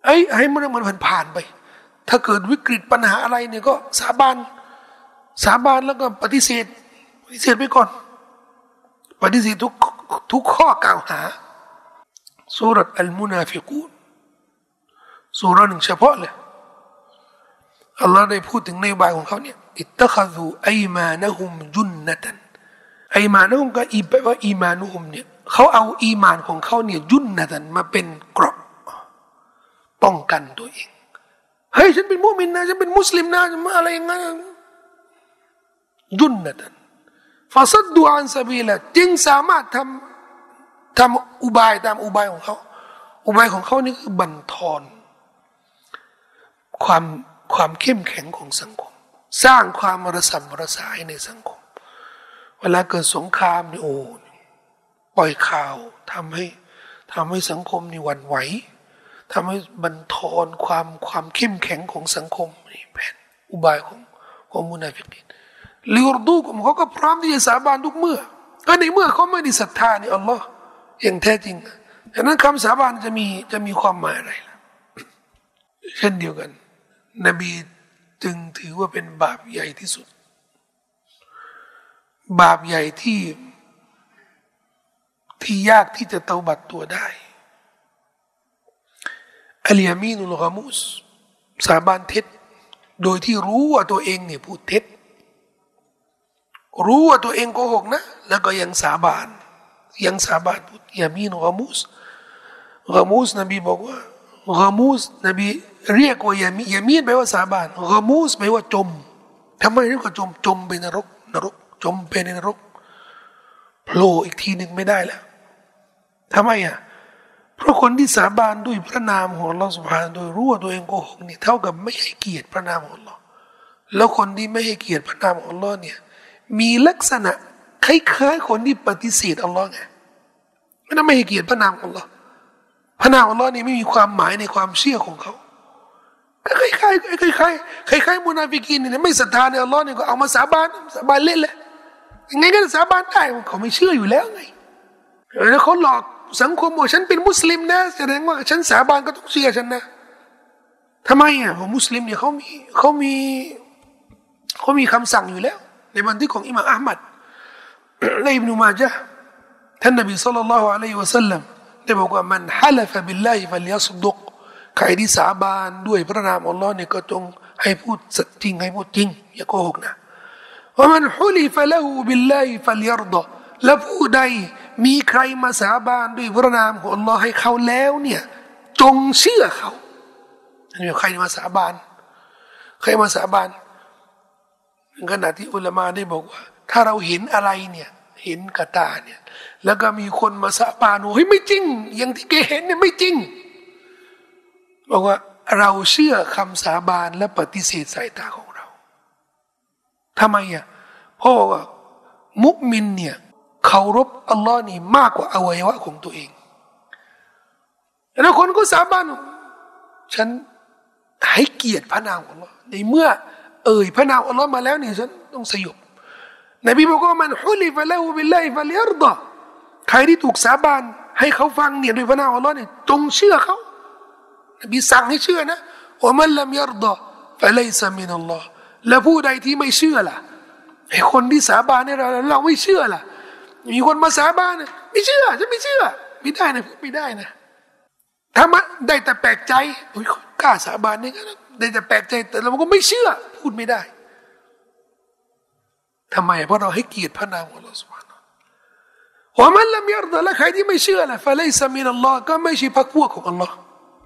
ให้มันผ่านไปถ้าเกิดวิกฤตปัญหาอะไรเนี่ยก็สาบานแล้วก็ปฏิเสธไปก่อนปฏิเสธทุกข้อกล่าวหาซูเราะห์อัลมุนาฟิกูนซูเราะห์หนึ่งเฉพาะเลยอัลลอฮ์ได้พูดถึงนโยบายของเขาเนี่ยอิตตะคัซูอัยมานะฮุมจุนนะตันอัยมานะฮุมก็แปลว่าอีมานุฮุมเนี่ยเขาเอาอีมานของเขาเนี่ยจุนนะตันมาเป็นเกราะป้องกันตัวเองเฮ้ยฉันเป็นมุมินนะฉันเป็นมุสลิมนะจะมาอะไรอย่างนั้นจุนนะตันฟาซัดดูอันซาบีละจึงสามารถทำอุบายตามอุบายของเขาอุบายของเขานี่คือบั่นทอนความเข้มแข็งของสังคมสร้างความระสำระสายในสังคมเวลาเกิดสงครามนี่โอ้ปล่อยข่าวทำให้สังคมนี่หวั่นไหวทำให้บั่นทอนความเข้มแข็งของสังคมนี่แผนอุบายของมุนาฟิกีนลิยรดูกุมเขาก็พร้อมที่จะสาบานทุกเมื่อก็ในเมื่อเขาไม่ได้ศรัทธาในอัลลอฮ์อย่างแท้จริงดังนั้นคำสาบานจะมีความหมายอะไรล่ะเช่นเดียวกันนบีจึงถือว่าเป็นบาปใหญ่ที่สุดบาปใหญ่ที่ยากที่จะเตาบัดตัวได้อัลยามีนุลกามุสสาบานเท็จโดยที่รู้ว่าตัวเองเนี่ยพูดเท็จรู้ว่าตัวเองโกหกนะแล้วก็ยังสาบานพูดยามีนุลกามุสนบีบอกว่ากามุสนบีเรียกว่ายามีนแปลว่าสาบานกามุสแปลว่าจมทำไมเรียกว่าจมไปนรกจมไปในนรกโผล่อีกทีหนึ่งไม่ได้แล้วทำไมเพราะคนที่สาบานด้วยพระนามของอัลลอฮฺสุบฮานะฮูวะตะอาลาโดยรู้ว่าตัวเองโกหกนี่เท่ากับไม่ให้เกียรติพระนามของอัลลอฮฺแล้วคนที่ไม่ให้เกียรติพระนามของอัลลอฮฺเนี่ยมีลักษณะคล้ายๆคนที่ปฏิเสธอัลลอฮฺไงไม่ให้เกียรติพระนามของอัลลอฮฺพระนามของอัลลอฮฺนี่ไม่มีความหมายในความเชื่อของเขาคล้ายมุนาฟิกีนเนี่ยไม่ศรัทธาในอัลลอฮ์เนี่ยก็เอามาสาบานเล่นเลยยังไงก็สาบานได้เขาไม่เชื่ออยู่แล้วไงแล้วเขาหลอกสังคมว่าฉันเป็นมุสลิมนะแสดงว่าฉันสาบานก็ต้องเชื่อฉันนะทำไมเพราะมุสลิมเนี่ยเขามีคำสั่งอยู่แล้วในบันทึกของอิหม่ามอะห์มัดและอิบนุมาญะห์ท่านนบีศ็อลลัลลอฮุอะลัยฮิวะซัลลัมได้บอกว่ามันฮะละฟะบิลลาฮิฟัลยัศดุกใครที่สาบานด้วยพระนามอัลลอฮ์เนี่ยก็จงให้พูดสัตย์จริงให้พูดจริงอย่าโกหกนะว่ามันฮุลิฟะละหูบิลลาฮิฟัลยัรฎอและผู้ใดมีใครมาสาบานด้วยพระนามของอัลลอฮ์ให้เขาแล้วเนี่ยจงเชื่อเขาอันนี้ใครมาสาบานขณะที่อุลามะได้บอกว่าถ้าเราเห็นอะไรเนี่ยเห็นกระตาเนี่ยแล้วก็มีคนมาสาบานว่าเฮ้ยไม่จริงอย่างที่แกเห็นเนี่ยไม่จริงบอกว่าเราเชื่อคำสาบานและปฏิเสธสายตาของเราทำไมเพราะว่ามุมินเนี่ยเคารพอัลลอฮ์นี่มากกว่าอวัยวะของตัวเองแล้วคนก็สาบานฉันให้เกียรติพระนามของอัลลอฮ์ในเมื่อพระนามอัลลอฮ์มาแล้วเนี่ยฉันต้องสยบนบีบอกว่ามันฮุลิฟะละหูบิลลาฮิฟัลยัรฎอใครที่ถูกสาบานให้เขาฟังเนี่ยด้วยพระนามอัลลอฮ์เนี่ยจงเชื่อเขานบีสั่งให้เชื่อนะว่ามันลัมยัรฎอฟะลัยซะมินัลลอฮ์และผู้ใดที่ไม่เชื่อล่ะไอ้คนที่สาบานเนี่ยเราไม่เชื่อล่ะมีคนมาสาบานไม่เชื่อฉันไม่เชื่อไม่ได้นะพูดไม่ได้นะถ้ามาได้แต่แปลกใจกล้าสาบานนี่ก็ได้แต่แปลกใจแต่เราก็ไม่เชื่อพูดไม่ได้ทำไมเพราะเราให้เกียรติพระนามของอัลลอฮฺซุบฮานะฮูวะตะอาลาว่ามันลัมยัรฎอและใครที่ไม่เชื่อล่ะฟะลัยซะมินัลลอฮ์ก็ไม่ใช่พรรคพวกของอัลลอฮ์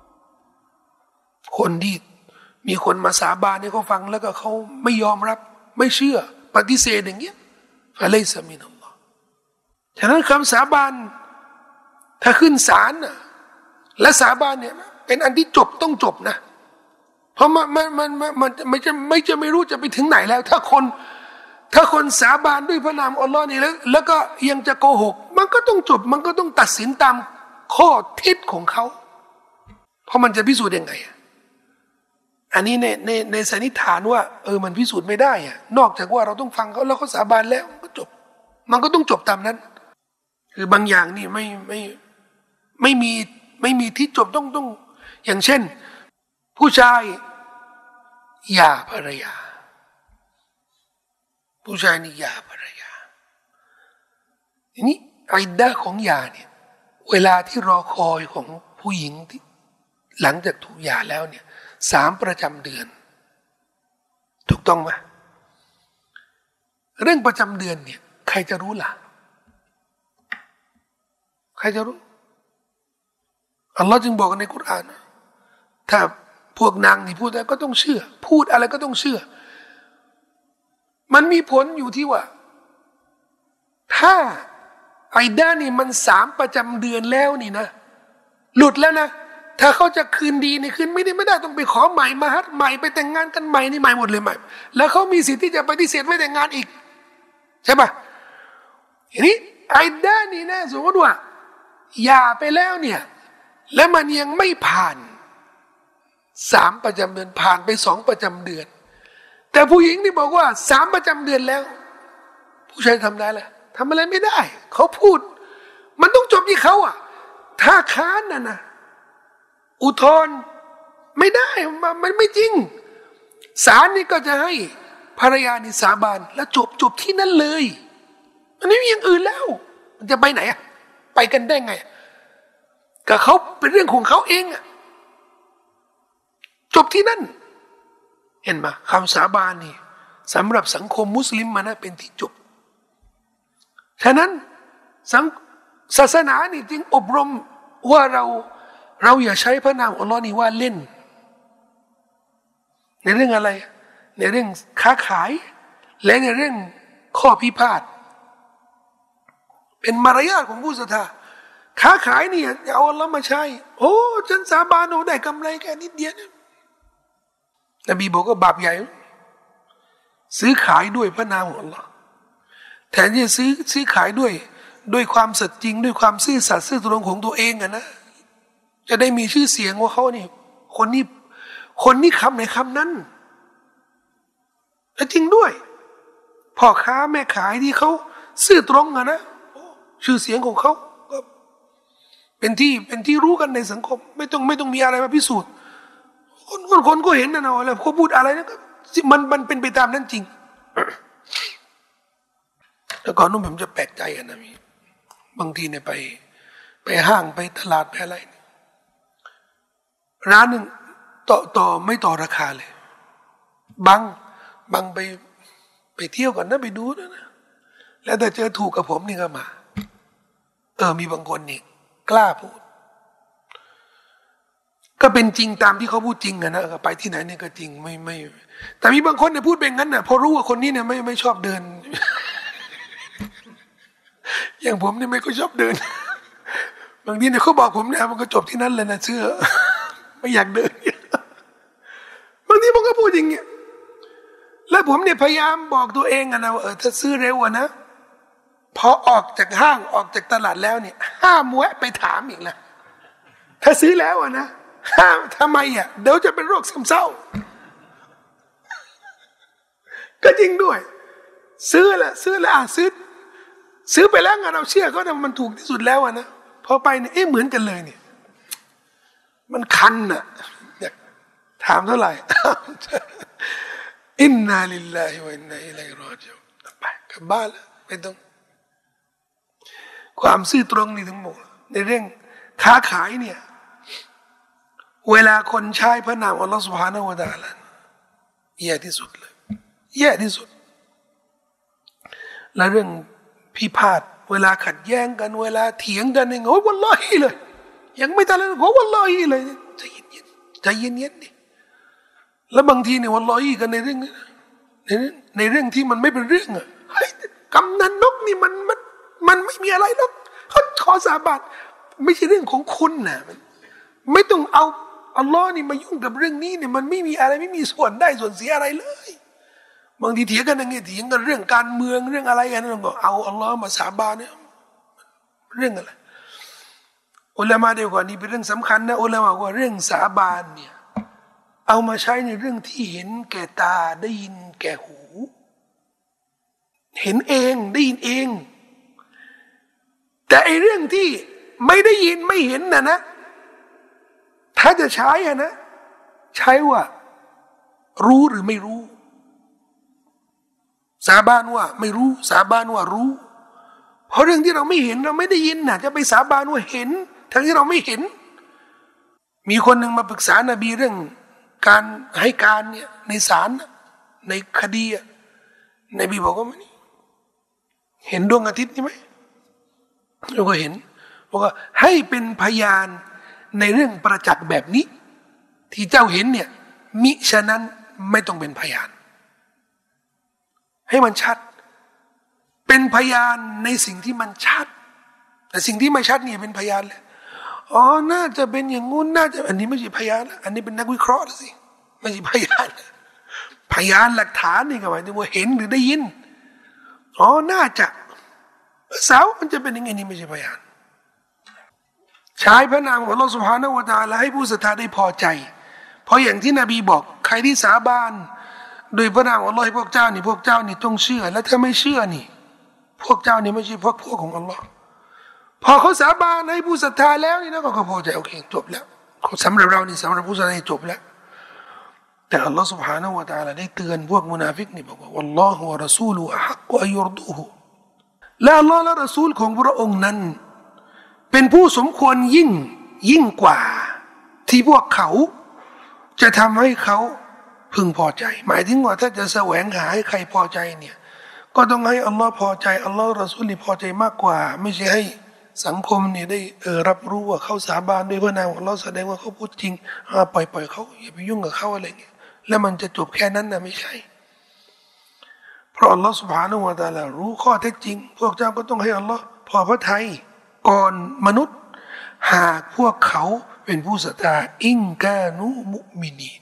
คนที่มีคนมาสาบานเนี่ยเขาฟังแล้วก็เขาไม่ยอมรับไม่เชื่อปฏิเสธอย่างเงี้ยฟะลัยซะมินัลลอฮ์ฉะนั้นคำสาบานถ้าขึ้นศาลและสาบานเนี่ยเป็นอันที่ต้องจบนะเพราะไม่รู้จะไปถึงไหนแล้วถ้าคนสาบานด้วยพระนามอัลลอฮ์นี่แล้วก็ยังจะโกหกมันก็ต้องจบมันก็ต้องตัดสินตามข้อเท็จของเขาเพราะมันจะพิสูจน์ยังไงอันนี้ในสันนิษฐานว่ามันพิสูจน์ไม่ได้นอกจากว่าเราต้องฟังเขาแล้วเขาสาบานแล้วมันก็จบมันก็ต้องจบตามนั้นคือบางอย่างนี่ไม่มีที่จบต้องอย่างเช่นผู้ชายหย่าภรรยาผู้ชายนี่หย่าภรรยาทีนี้อิดดะห์ของหย่าเนี่ยเวลาที่รอคอยของผู้หญิงที่หลังจากถูกหย่าแล้วเนี่ย3 ประจำเดือนถูกต้องไหมเรื่องประจำเดือนเนี่ยใครจะรู้ล่ะใครจะรู้อัลลอฮ์จึงบอกในกุรอานถ้าพวกนางนี่พูดอะไรก็ต้องเชื่อพูดอะไรก็ต้องเชื่อมันมีผลอยู่ที่ว่าถ้าอิดดะห์นี่มัน3 ประจำเดือนแล้วนี่นะหลุดแล้วนะถ้าเขาจะคืนดีนี่คืนไม่ได้ต้องไปขอใหม่มาฮัดใหม่ไปแต่งงานกันใหม่นี่ใหม่หมดเลยใหม่แล้วเขามีสิทธิ์ที่จะปฏิเสธไม่แต่งงานอีกใช่ปะทีนี้อิดดะห์นี่นะสมมติว่าหย่าไปแล้วเนี่ยแล้วมันยังไม่ผ่าน3 ประจำเดือนผ่านไป2 ประจำเดือนแต่ผู้หญิงนี่บอกว่า3 ประจำเดือนแล้วผู้ชายทำได้แหละทำอะไรไม่ได้เขาพูดมันต้องจบที่เขาอ่ะถ้าค้านนะอุทธรณ์ไม่ได้มันไม่จริงศาลนี่ก็จะให้ภรรยานี่สาบานแล้วจบที่นั่นเลยมันไม่มีอย่างอื่นแล้วมันจะไปไหนอ่ะไปกันได้ไงกับเขาเป็นเรื่องของเขาเองอ่ะจบที่นั่นเห็นไหมคำสาบานนี่สำหรับสังคมมุสลิมมันนะเป็นที่จบฉะนั้นศาสนานี่จึงอบรมว่าเราอย่าใช้พระนามอัลลอฮ์นี่ว่าเล่นในเรื่องอะไรในเรื่องค้าขายและในเรื่องข้อพิพาทเป็นมารยาทของผู้ศรัทธาค้าขายนี่อย่าเอาอัลลอฮ์มาใช้โอ้ฉันสาบานโอ้ได้กำไรแค่นิดเดียวนบีบอกว่าบาปใหญ่ซื้อขายด้วยพระนามของอัลลอฮ์แทนที่จะซื้อขายด้วยความสัตย์จริงด้วยความซื่อสัตย์ซื่อตรงของตัวเองอะนะจะได้มีชื่อเสียงว่าเขานี่คนนี้คำในคำนั้นและจริงด้วยพ่อค้าแม่ขายที่เขาซื่อตรงอะนะชื่อเสียงของเขาก็เป็นที่รู้กันในสังคมไม่ต้องมีอะไรมาพิสูจน์คนก็เห็นนะอะไรเขาพูดอะไรนะมันเป็นไปตามนั้นจริงแล้วก่อนนู้นผมจะแปลกใจนะมีบางทีเนี่ยไปห้างไปตลาดไปอะไรร้านหนึ่งต่อไม่ต่อราคาเลยบางไปเที่ยวกันนะไปดูนะแล้วแต่เจอถูกกับผมนี่ก็มามีบางคนนี่กล้าพูดก็เป็นจริงตามที่เขาพูดจริงนะไปที่ไหนเนี่ยก็จริงไม่แต่มีบางคนเนี่ยพูดเป็นงั้นน่ะพอรู้ว่าคนนี้เนี่ยไม่ชอบเดิน อย่างผมเนี่ยไม่ค่อยชอบเดินบางทีเนี่ยเขาบอกผมเนี่ยมันก็จบที่นั่นเลยนะเชื่อ ไม่อยากเดินบางทีผมก็พูดอย่างเงี้ยแล้วผมเนี่ยพยายามบอกตัวเองนะว่าถ้าซื้อเร็วนะพอออกจากห้างออกจากตลาดแล้วเนี่ยห้ามแวะไปถามอีกนะถ้าซื้อแล้วนะห้ามทำไมเดี๋ยวจะเป็นโรคซึมเศร้าก็จริงด้วยซื้อแล้วซื้อไปแล้วไงเราเชื่อเขาแต่มันถูกที่สุดแล้วนะพอไปเนี่ยเหมือนกันเลยเนี่ยมันคันน่ะถามเท่าไหร่อินนาลิลลาฮิวะอินนาอิลัยฮิรอญิอูนไปกลับบ้านแล้วไม่ต้องความซื่อตรงนี่ทั้งหมดในเรื่องค้าขายเนี่ยเวลาคนใช้พระนามอัลลอฮฺ سبحانه และ تعالى แย่ที่สุดเลยแย่ที่สุดและเรื่องพิพาทเวลาขัดแย้งกันเวลาเถียงกันเนี่ยโอ้วัลลอฮีเลยยังไม่ทันเลยโอ้วัลลอฮีเลยใจเย็นดิแล้วบางทีเนี่ยวัลลอฮีกันในเรื่องที่มันไม่เป็นเรื่องอ่ะกำนันนกนี่มันไม่มีอะไรหรอกเขาขอสาบานไม่ใช่เรื่องของคุณนะไม่ต้องเอาอัลลอฮ์นี่มายุ่งกับเรื่องนี้เนี่ยมันไม่มีอะไรไม่มีส่วนได้ส่วนเสียอะไรเลยบางทีเถียงกันอย่างเงี้ยเถียงกันเรื่องการเมืองเรื่องอะไรกันเราก็เอาอัลลอฮ์มาสาบานเนี่ยเรื่องอะไรอุลามะเดียวกว่านี้เป็นเรื่องสำคัญนะอุลามะว่าเรื่องสาบานเนี่ยเอามาใช้ในเรื่องที่เห็นแก่ตาได้ยินแก่หูเห็นเองได้ยินเองแต่ไอ้เรื่องที่ไม่ได้ยินไม่เห็นนะถ้าจะใช้นะใช้ว่ารู้หรือไม่รู้สาบานว่าไม่รู้สาบานว่ารู้เพราะเรื่องที่เราไม่เห็นเราไม่ได้ยินน่ะจะไปสาบานว่าเห็นทั้งที่เราไม่เห็นมีคนหนึ่งมาปรึกษานบีเรื่องการให้การเนี่ยในศาลในคดีนบีบอกว่าไม่เห็นดวงอาทิตย์นี่ไหมเราก็เห็นบอกว่าให้เป็นพยานในเรื่องประจักษ์แบบนี้ที่เจ้าเห็นเนี่ยมิฉะนั้นไม่ต้องเป็นพยานให้มันชัดเป็นพยานในสิ่งที่มันชัดแต่สิ่งที่ไม่ชัดเนี่ยเป็นพยานเลยอ๋อน่าจะเป็นอย่างงู้นน่าจะอันนี้ไม่ใช่พยานอันนี้เป็นนักวิเคราะห์สิไม่ใช่พยานพยานหลักฐานนี่ก็หมายถึงว่าเห็นหรือได้ยินอ๋อน่าจะสาวมันจะเป็นยังไงนี่ไม่ใช่พยานใช้พระนามของอัลลอฮฺซุบฮานะฮูวะตะอาลาให้ผู้ศรัทธาได้พอใจเพราะอย่างที่นบีบอกใครที่สาบานโดยพระนามของอัลลอฮฺให้พวกเจ้านี่ต้องเชื่อและถ้าไม่เชื่อนี่พวกเจ้านี่ไม่ใช่พวกของอัลลอฮฺพอเขาสาบานให้ผู้ศรัทธาแล้วนี่นะก็พอใจโอเคจบแล้วสำหรับเรานี่สำหรับผู้ศรัทธาจบแล้วแต่อัลลอฮฺ سبحانه และ تعالى ได้เตือนพวกมุนาฟิกนี่บอกว่าวัลลอฮุวะรอซูลุอะฮักกอัยยุรดูฮุและอัลลอฮ์และรอซูลของพระองค์นั้นเป็นผู้สมควรยิ่งกว่าที่พวกเขาจะทำให้เขาพึงพอใจหมายถึงว่าถ้าจะแสวงหาให้ใครพอใจเนี่ยก็ต้องให้อัลลอฮ์พอใจอัลลอฮ์รอซูลนี่พอใจมากกว่าไม่ใช่ให้สังคมเนี่ยได้รับรู้ว่าเขาสาบานด้วยพระนามของอัลลอฮ์แสดงว่าเขาพูดจริงปล่อยเขาอย่าไปยุ่งกับเขาอะไรเงี้ยแล้วมันจะจบแค่นั้นนะไม่ใช่เพราะอัลลอฮ์ سبحانه และ تعالى รู้ข้อเท็จจริงพวกเจ้าก็ต้องให้อัลลอฮ์พอพระทัยก่อนมนุษย์หากพวกเขาเป็นผู้ศรัทธาอิงกานุมุมินี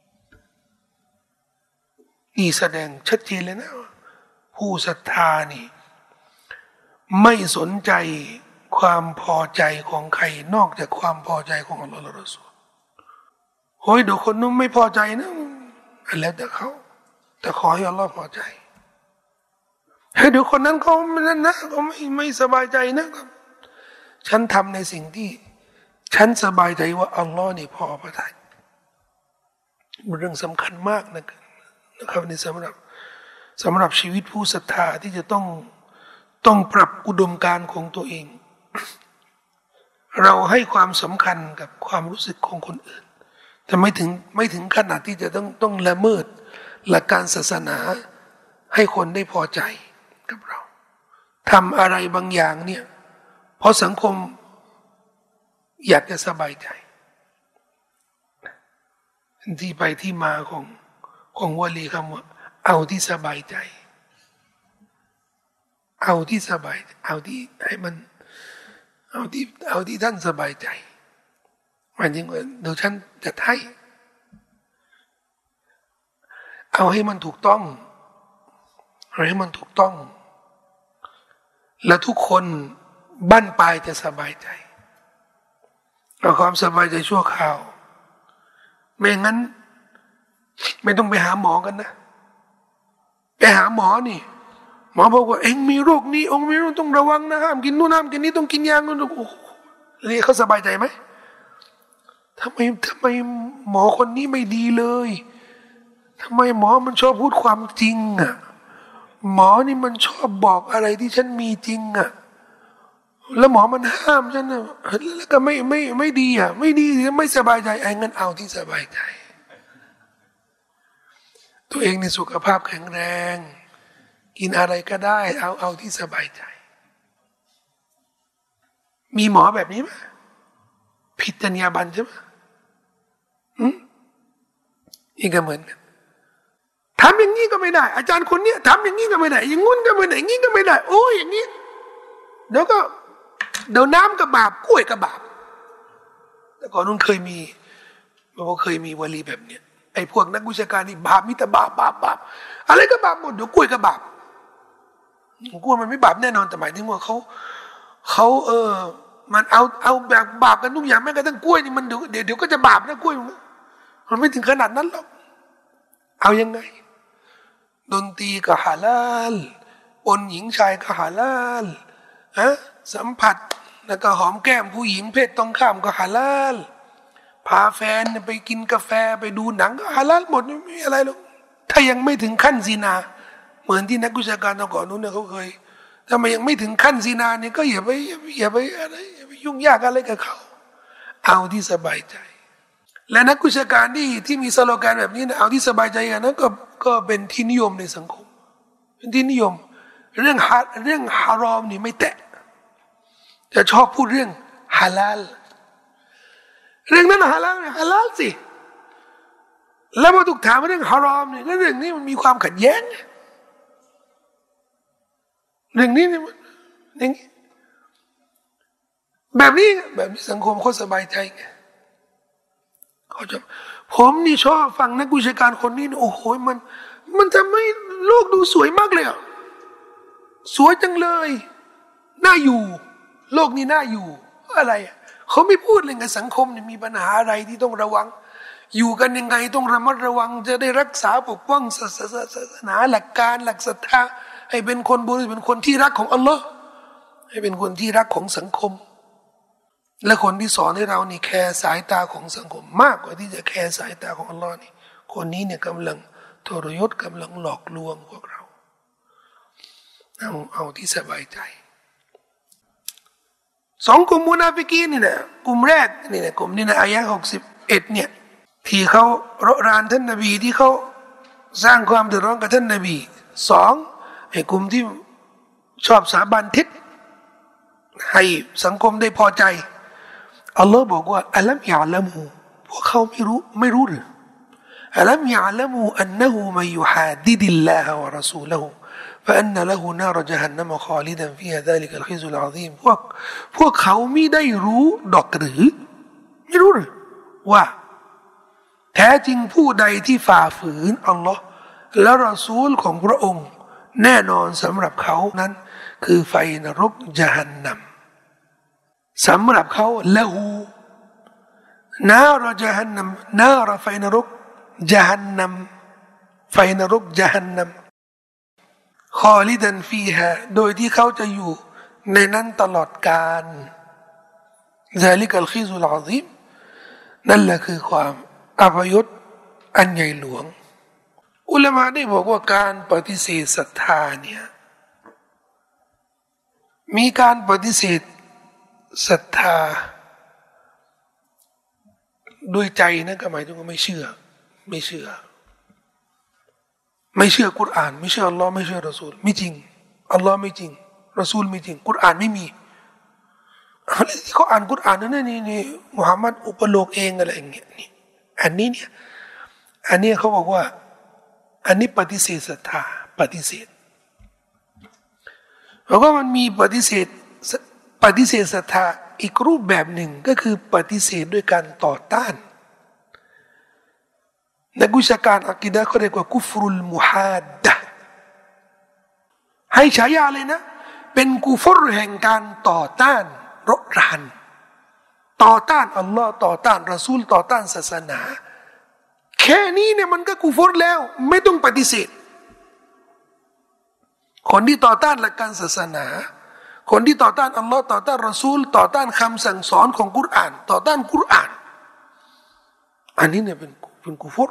นี่แสดงชัดเจนเลยนะผู้ศรัทธานี่ไม่สนใจความพอใจของใครนอกจากความพอใจของอัลลอฮ์และรอซูลโอ้ยเดี๋ยวคนนู้นไม่พอใจนะแล้วแต่เขาแต่ขอให้อัลลอฮ์พอใจให้เดี๋ยวคนนั้นเขานั่นนะเขาไม่สบายใจนะครับฉันทำในสิ่งที่ฉันสบายใจว่าอัลลอฮ์นี่พอพระทัยมันเรื่องสำคัญมากนะครับในสำหรับชีวิตผู้ศรัทธาที่จะต้องปรับอุดมการณ์ของตัวเองเราให้ความสำคัญกับความรู้สึกของคนอื่นแต่ไม่ถึงขนาดที่จะต้องละเมิดหลักการศาสนาให้คนได้พอใจกับเราทำอะไรบางอย่างเนี่ยเพราะสังคมอยากจะสบายใจที่ไปที่มาของวลีคำว่าเอาที่สบายใจเอาที่สบายเอาที่ให้มันเอาที่ท่านสบายใจหมายถึงว่าเดี๋ยวฉันจะให้เอาให้มันถูกต้องเอาให้มันถูกต้องแล้วทุกคนบั้นปลายจะสบายใจเอาความสบายใจชั่วคราวไม่งั้นไม่ต้องไปหาหมอกันนะไปหาหมอนี่หมอบอกว่าเอ็งมีโรคนี้องค์มีโรคต้องระวังนะห้ามกินนู่นห้ามกินนี้ต้องกินยาโน่นโอ้โหนี่เขาสบายใจไหมทำไมหมอคนนี้ไม่ดีเลยทำไมหมอมันชอบพูดความจริงอ่ะหมอนี่มันชอบบอกอะไรที่ฉันมีจริงอ่ะแล้วหมอมันห้ามฉันนะแล้วก็ไม่ดีอ่ะไม่ดีไม่สบายใจไอ้งั้นเอาที่สบายใจตัวเองในสุขภาพแข็งแรงกินอะไรก็ได้เอาที่สบายใจมีหมอแบบนี้ไหมผิดจรรยาบรรณใช่ไหมนี่ก็เหมือนกันทำอย่างนี้ก็ไม่ได้อาจารย์คนเนี้ยทำอย่างนี้ก็ไม่ได้อย่างงู้นก็ไม่ได้อย่างนี้ก็ไม่ได้โอ้ยอย่างนี้เดี๋ยวน้ำกับบาปกล้วยกับบาปแต่ก่อนนู้นเคยมีวลีแบบเนี้ยไอ้พวกนักวิชาการนี่บาปมิตรบาปอะไรก็บาปหมดเดี๋ยวกล้วยกับบาปกล้วยมันไม่บาปแน่นอนแต่หมายถึงว่าเขามันเอาแบบบาปกันทุกอย่างแม้กระทั่งกล้วยนี่มันเดี๋ยวก็จะบาปนะกล้วยมันไม่ถึงขนาดนั้นหรอกเอายังไงดนตรีก็ฮาลาลปนหญิงชายก็ฮาลาลสัมผัสแล้วก็หอมแก้มผู้หญิงเพศตรงข้ามก็ฮาลาลพาแฟนไปกินกาแฟไปดูหนังก็ฮาลาลหมดไม่มีอะไรหรอกถ้ายังไม่ถึงขั้นซินาเหมือนที่นักวิชาการตะก่อนนู้นเนี่ยเขาเคยถ้ามันยังไม่ถึงขั้นซินาเนี่ยก็อย่าไปอะไรอย่าไปยุ่งยากอะไรกับเขาเอาที่สบายใจและนักวิชาการที่มีสโลแกนแบบนี้นะเอาที่สบายใจกันนั้นก็เป็นที่นิยมในสังคมเป็นที่นิยมเรื่องฮารอมนี่ไม่แตะจะชอบพูดเรื่องฮาลาลเรื่องนั้นฮาลาลฮาลาลสิแล้วมาถูกถามเรื่องฮารอมเนี่ยเรื่องนี้มันมีความขัดแย้งเรื่องนี้เนี่ยอย่างนี้แบบนี้สังคมเขาสบายใจไงเขาจะผมนี่ชอบฟังนักวิชาการคนนี้โอ้โหมันทำให้โลกดูสวยมากเลยอ่ะสวยจังเลยน่าอยู่โลกนี้น่าอยู่อะไรเขาไม่พูดเลยไงสังคมเนี่ยมีปัญหาอะไรที่ต้องระวังอยู่กันยังไงต้องระมัดระวังจะได้รักษาปกป้องศาสนาหลักการหลักศรัทธาให้เป็นคนบริสุทธิ์เป็นคนที่รักของอัลลอฮ์ให้เป็นคนที่รักของสังคมและคนที่สอนให้เรานี่แคร์สายตาของสังคมมากกว่าที่จะแคร์สายตาของอัลลอฮ์นี่คนนี้เนี่ยกำลังทรยศกำลังหลอกลวงพวกเราเอาที่สบายใจสองกลุ่มมุนาฟิกีนนี่นะกลุ่มแรกนี่นะกลุ่มนี้นะอายะ61เนี่ยที่เขาเราะรานท่านนบีที่เขาสร้างความเดือดร้อนกับท่านนบีสองไอ้กลุ่มที่ชอบสาบานเท็จให้สังคมได้พอใจอัลลอฮ์บอกว่าอัลัมยะละมูพวกเขาไม่รู้หรืออัลัมยะละมูอันนะฮูมันยุฮาดิดิลลาฮ์วะรอซูละฮูفأن له نار جهنم خالدا فيها ذلك الخزي العظيم พวกเขาไม่ได้รู้ดอกหรือไม่รู้หรือว่าแท้จริงผู้ใดที่ฝ่าฝืนอัลลอฮ์และรอซูลของพระองค์แน่นอนสำหรับเขานั้นคือไฟนรกญะฮันนัมสำหรับเขาละหูนารญะฮันนัมนารไฟนรกญะฮันนัมไฟนรกญะฮันนัมคอลิดันฟีฮาโดยที่เขาจะอยู่ในนั้นตลอดกาลซาลิกัลคิซุลอาซิมนั่นแหละคือความอัปยศอันใหญ่หลวงอุลามะได้บอกว่าการปฏิเสธศรัทธาเนี่ยมีการปฏิเสธศรัทธาด้วยใจนะก็หมายถึงว่าไม่เชื่อกุรอานไม่เชื่ออัลลอฮ์ไม่เชื่อรอซูลไม่จริงอัลลอฮ์ไม่จริงรอซูลไม่จริงกุรอานไม่มีอะไรที่เขาอ่านกุรอานนั่นนี่มุฮัมมัดอุปโลกเองอะไรอย่างเงี้ยนี่อันนี้เขาบอกว่าอันนี้ปฏิเสธศรัทธาปฏิเสธเพราะว่ามันมีปฏิเสธศรัทธาอีกรูปแบบหนึ่งก็คือปฏิเสธด้วยการต่อต้านนักวิชาการอะกีดะห์เขาเรียกว่ากุฟรุลมุฮัดดะห์ให้ฉายาเลยนะเป็นกุฟรแห่งการต่อต้านรบรานต่อต้านอัลลอฮ์ต่อต้านรอซูลต่อต้านศาสนาแค่นี้เนี่ยมันก็กุฟรแล้วไม่ต้องปฏิเสธคนที่ต่อต้านหลักการศาสนาคนที่ต่อต้านอัลลอฮ์ต่อต้านรอซูลต่อต้านคำสั่งสอนของกุรอานต่อต้านกุรอานอันนี้เนี่ยเป็นกุฟร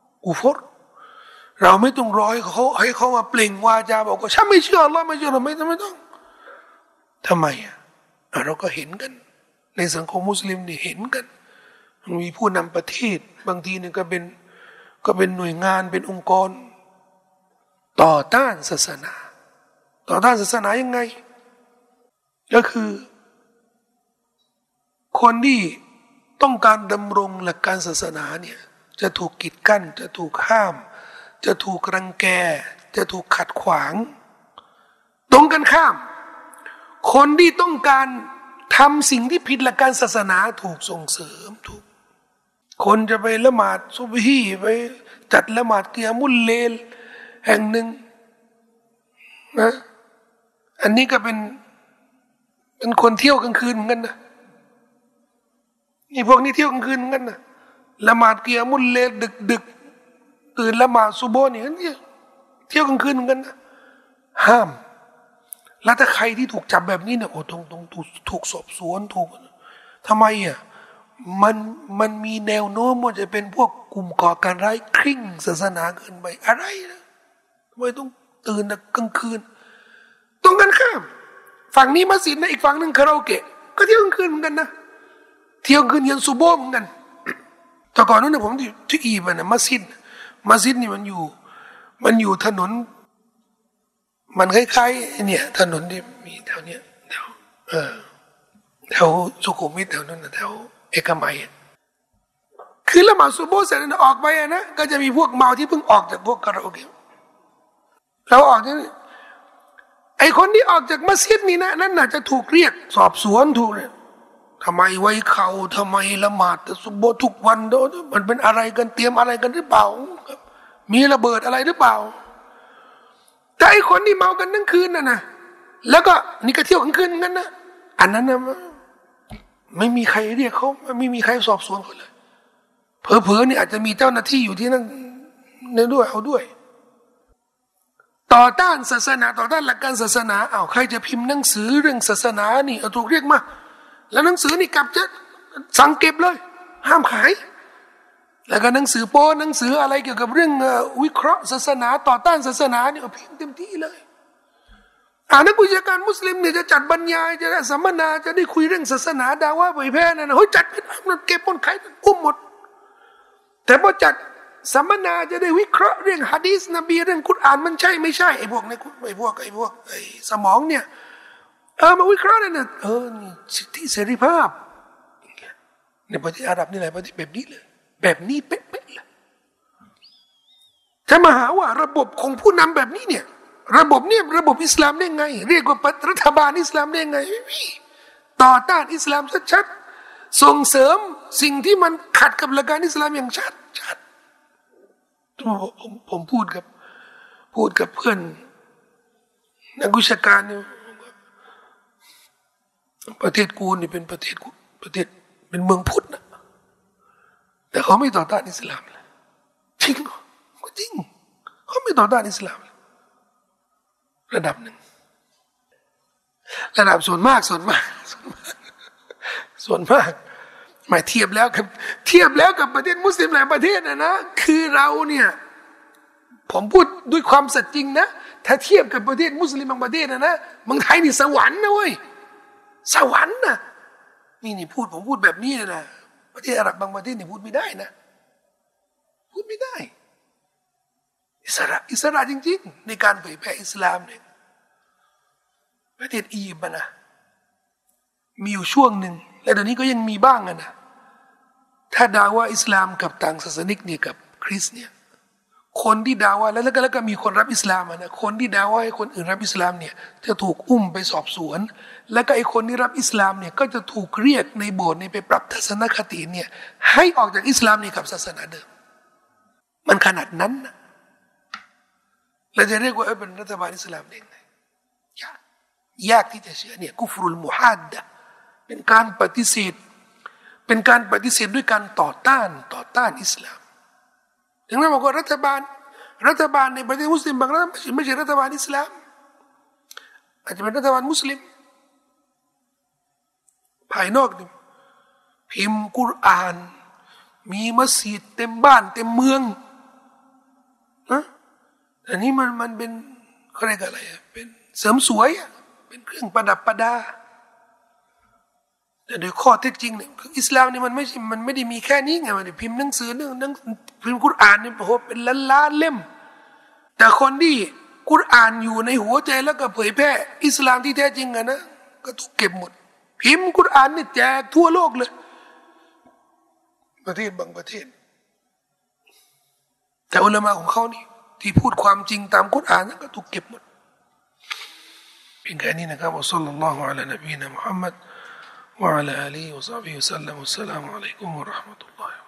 เราไม่ต้องรอให้เขามาเปล่งวาจาบอกว่าฉันไม่เชื่ออัลลอฮ์ไม่เชื่อเราไม่ต้องทำไมเราก็เห็นกันในสังคมมุสลิมนี่เห็นกันมีผู้นำประเทศบางทีเนี่ยก็เป็นหน่วยงานเป็นองค์กรต่อต้านศาสนายังไงก็คือคนที่ต้องการดำรงหลักการศาสนาเนี่ยจะถูกกีดกั้นจะถูกห้ามจะถูกรังแกจะถูกขัดขวางตรงกันข้ามคนที่ต้องการทำสิ่งที่ผิดหลักการศาสนาถูกส่งเสริมถูกคนจะไปละหมาดซุบฮีไปจัดละหมาดกิยามุลเลลแห่งหนึ่งนะอันนี้ก็เป็นคนเที่ยวกลางคืนเหมือนกันนะนี่พวกนี้เที่ยวกลางคืนเหมือนกันนะละหมาดกิยามุลเลลดึกตื่นละหมาดซุบฮ์นี่เที่ยวกลางคืนเหมือนกันนะห้ามแล้วถ้าใครที่ถูกจับแบบนี้เนี่ยโอ้ต้องถูกสอบสวนถูกทำไมมันมันมีแนวโน้มว่าจะเป็นพวกกลุ่มก่อการร้ายคริ่งศาสนาเกินไปอะไรนะทำไมต้องตื่นกลางคืนตรงกันข้ามฝั่งนี้มัสยิดนะอีกฝั่งหนึ่งคาราโอเกะก็เที่ยวกลางคืนเหมือนกันนะเที่ยวกลางคืนยันซุโบเหมือนกันแต่ก่อนนั้นผมที่อียิปต์นะมัสยิดนี่มันอยู่ถนนมันคล้ายๆเนี่ยถนนที่มีแถวเนี้ยแถวสุขุมวิทแถวนั้นนะแถวเอกมัยคือละหมาดซุโบเสร็จแล้วออกไปนะก็จะมีพวกเมาที่เพิ่งออกจากพวกคาราโอเกะเราออกจากนี่ไอคนที่ออกจากมัสยิดนี่นะนั่นน่ะจะถูกเรียกสอบสวนถูกเนี่ยทำไมไว้เขาทำไมละหมาดซุโบทุกวันมันเป็นอะไรกันเตรียมอะไรกันหรือเปล่ามีระเบิดอะไรหรือเปล่าแต่ไอคนที่เมากันทั้งคืนน่ะนะแล้วก็นี่ก็เที่ยวกลางคืนงั้นนะอันนั้นนะไม่มีใครเรียกเขาไม่มีใครสอบสวนเขาเลยเผลอๆนี่อาจจะมีเจ้าหน้าที่อยู่ที่นั่นเนี่ยด้วยเอาด้วยต่อต้านศาสนาต่อต้านหลักการศาสนาใครจะพิมพ์หนังสือเรื่องศาสนานี่ถูกเรียกมาแล้วหนังสือนี่กลับจะสั่งเก็บเลยห้ามขายแล้วก็หนังสือโป้หนังสืออะไรเกี่ยวกับเรื่องวิเคราะห์ศาสนาต่อต้านศาสนาเนี่ยพิมพ์เต็มที่เลยนักวิชาการมุสลิมเนี่ยจะจัดบรรยายจะได้สัมมนาจะได้คุยเรื่องศาสนาดาว่าเผยแพร่นั่นเฮ้ยจัดมันเก็บคนขายอุ้มหมดแต่พอจัดสัมมนาจะได้วิเคราะห์เรื่องหะดีษนบีเรื่องกุรอานมันใช่ไม่ใช่ไอ้พวกสมองเนี่ยมาวิเคราะห์เนี่ยนี่สิทธิเสรีภาพในประเทศอาหรับนี่แหละประเทศแบบนี้เลยแบบนี้เป๊ะๆเลยจะมาหาว่าระบบของผู้นำแบบนี้เนี่ยระบบเนี่ยระบบอิสลามได้ไงเรียกว่ารัฐบาลอิสลามได้ไงไม่มีต่อต้านอิสลามชัดๆส่งเสริมสิ่งที่มันขัดกับหลักการอิสลามอย่างชัดผมพูดกับเพื่อนนักวิชาการเนี่ยประเทศกูนี่เป็นประเทศเป็นเมืองพุทธนะแต่เขาไม่ต่อต้านอิสลามเลยจริงเหรอก็จริงเขาไม่ต่อต้านอิสลามระดับหนึ่งระดับส่วนมากหมายเทียบแล้วกับประเทศมุสลิมหลายประเทศนะคือเราเนี่ยผมพูดด้วยความสัตย์จริงนะถ้าเทียบกับประเทศมุสลิมบางประเทศนะเมืองไทยนี่สวรรค์นะเว้ยสวรรค์นะนี่ผมพูดแบบนี้นะประเทศอาหรับบางประเทศนี่พูดไม่ได้นะพูดไม่ได้อิสระจริงๆในการเผยแผ่อิสลามเนี่ยประเทศอียิปต์นะมีอยู่ช่วงหนึ่งและเดี๋ยวนี้ก็ยังมีบ้างนะถ้าด่าว่าอิสลามกับต่างศาสนิกเนี่ยกับคริสเนี่ยคนที่ด่าว่าแล้วก็มีคนรับอิสลามนะคนที่ด่าว่าให้คนอื่นรับอิสลามเนี่ยจะถูกอุ้มไปสอบสวนแล้วก็ไอ้คนที่รับอิสลามเนี่ยก็จะถูกเรียกในโบสถ์ไปปรับทัศนคติเนี่ยให้ออกจากอิสลามนี่กับศาสนาเดิมมันขนาดนั้นนะเราจะเรียกว่าเป็นรัฐบาลอิสลามได้ไงยากที่จะเชื่อเนี่ยกุฟรุลมุฮัดดะเป็นการปฏิเสธด้วยการต่อต้านอิสลามถึงนั้นบอกว่ารัฐบาลในประเทศมุสลิมบางรัฐไม่ใช่รัฐบาลอิสลามอาจจะเป็นรัฐบาลมุสลิมภายนอกนี่พิมพ์กุรอานมีมัสยิดเต็มบ้านเต็มเมืองนะอันนี้มันเป็นเขาเรียกอะไรเป็นเสริมสวยเป็นเครื่องประดับประดาแต่โดยข้อเท็จจริงเนี่ยอิสลามนี่มันไม่ได้มีแค่นี้ไงมันพิมพ์หนังสือพิมพ์กุรอานเนี่ยโอ้โหเป็นล้านเล่มแต่คนที่กุรอานอยู่ในหัวใจแล้วก็เผยแพร่อิสลามที่แท้จริงนะก็ถูกเก็บหมดพิมพ์กุรอานนี่แจกทั่วโลกเลยประเทศบางประเทศแต่อุลามะของเขานี่ที่พูดความจริงตามกุรอานนั้นก็ถูกเก็บหมดเพียงแค่นี้นะครับอัลลอฮฺ صلى الله على نبينا محمد وعلى آله وصحبه وسلم والسلام عليكم ورحمة الله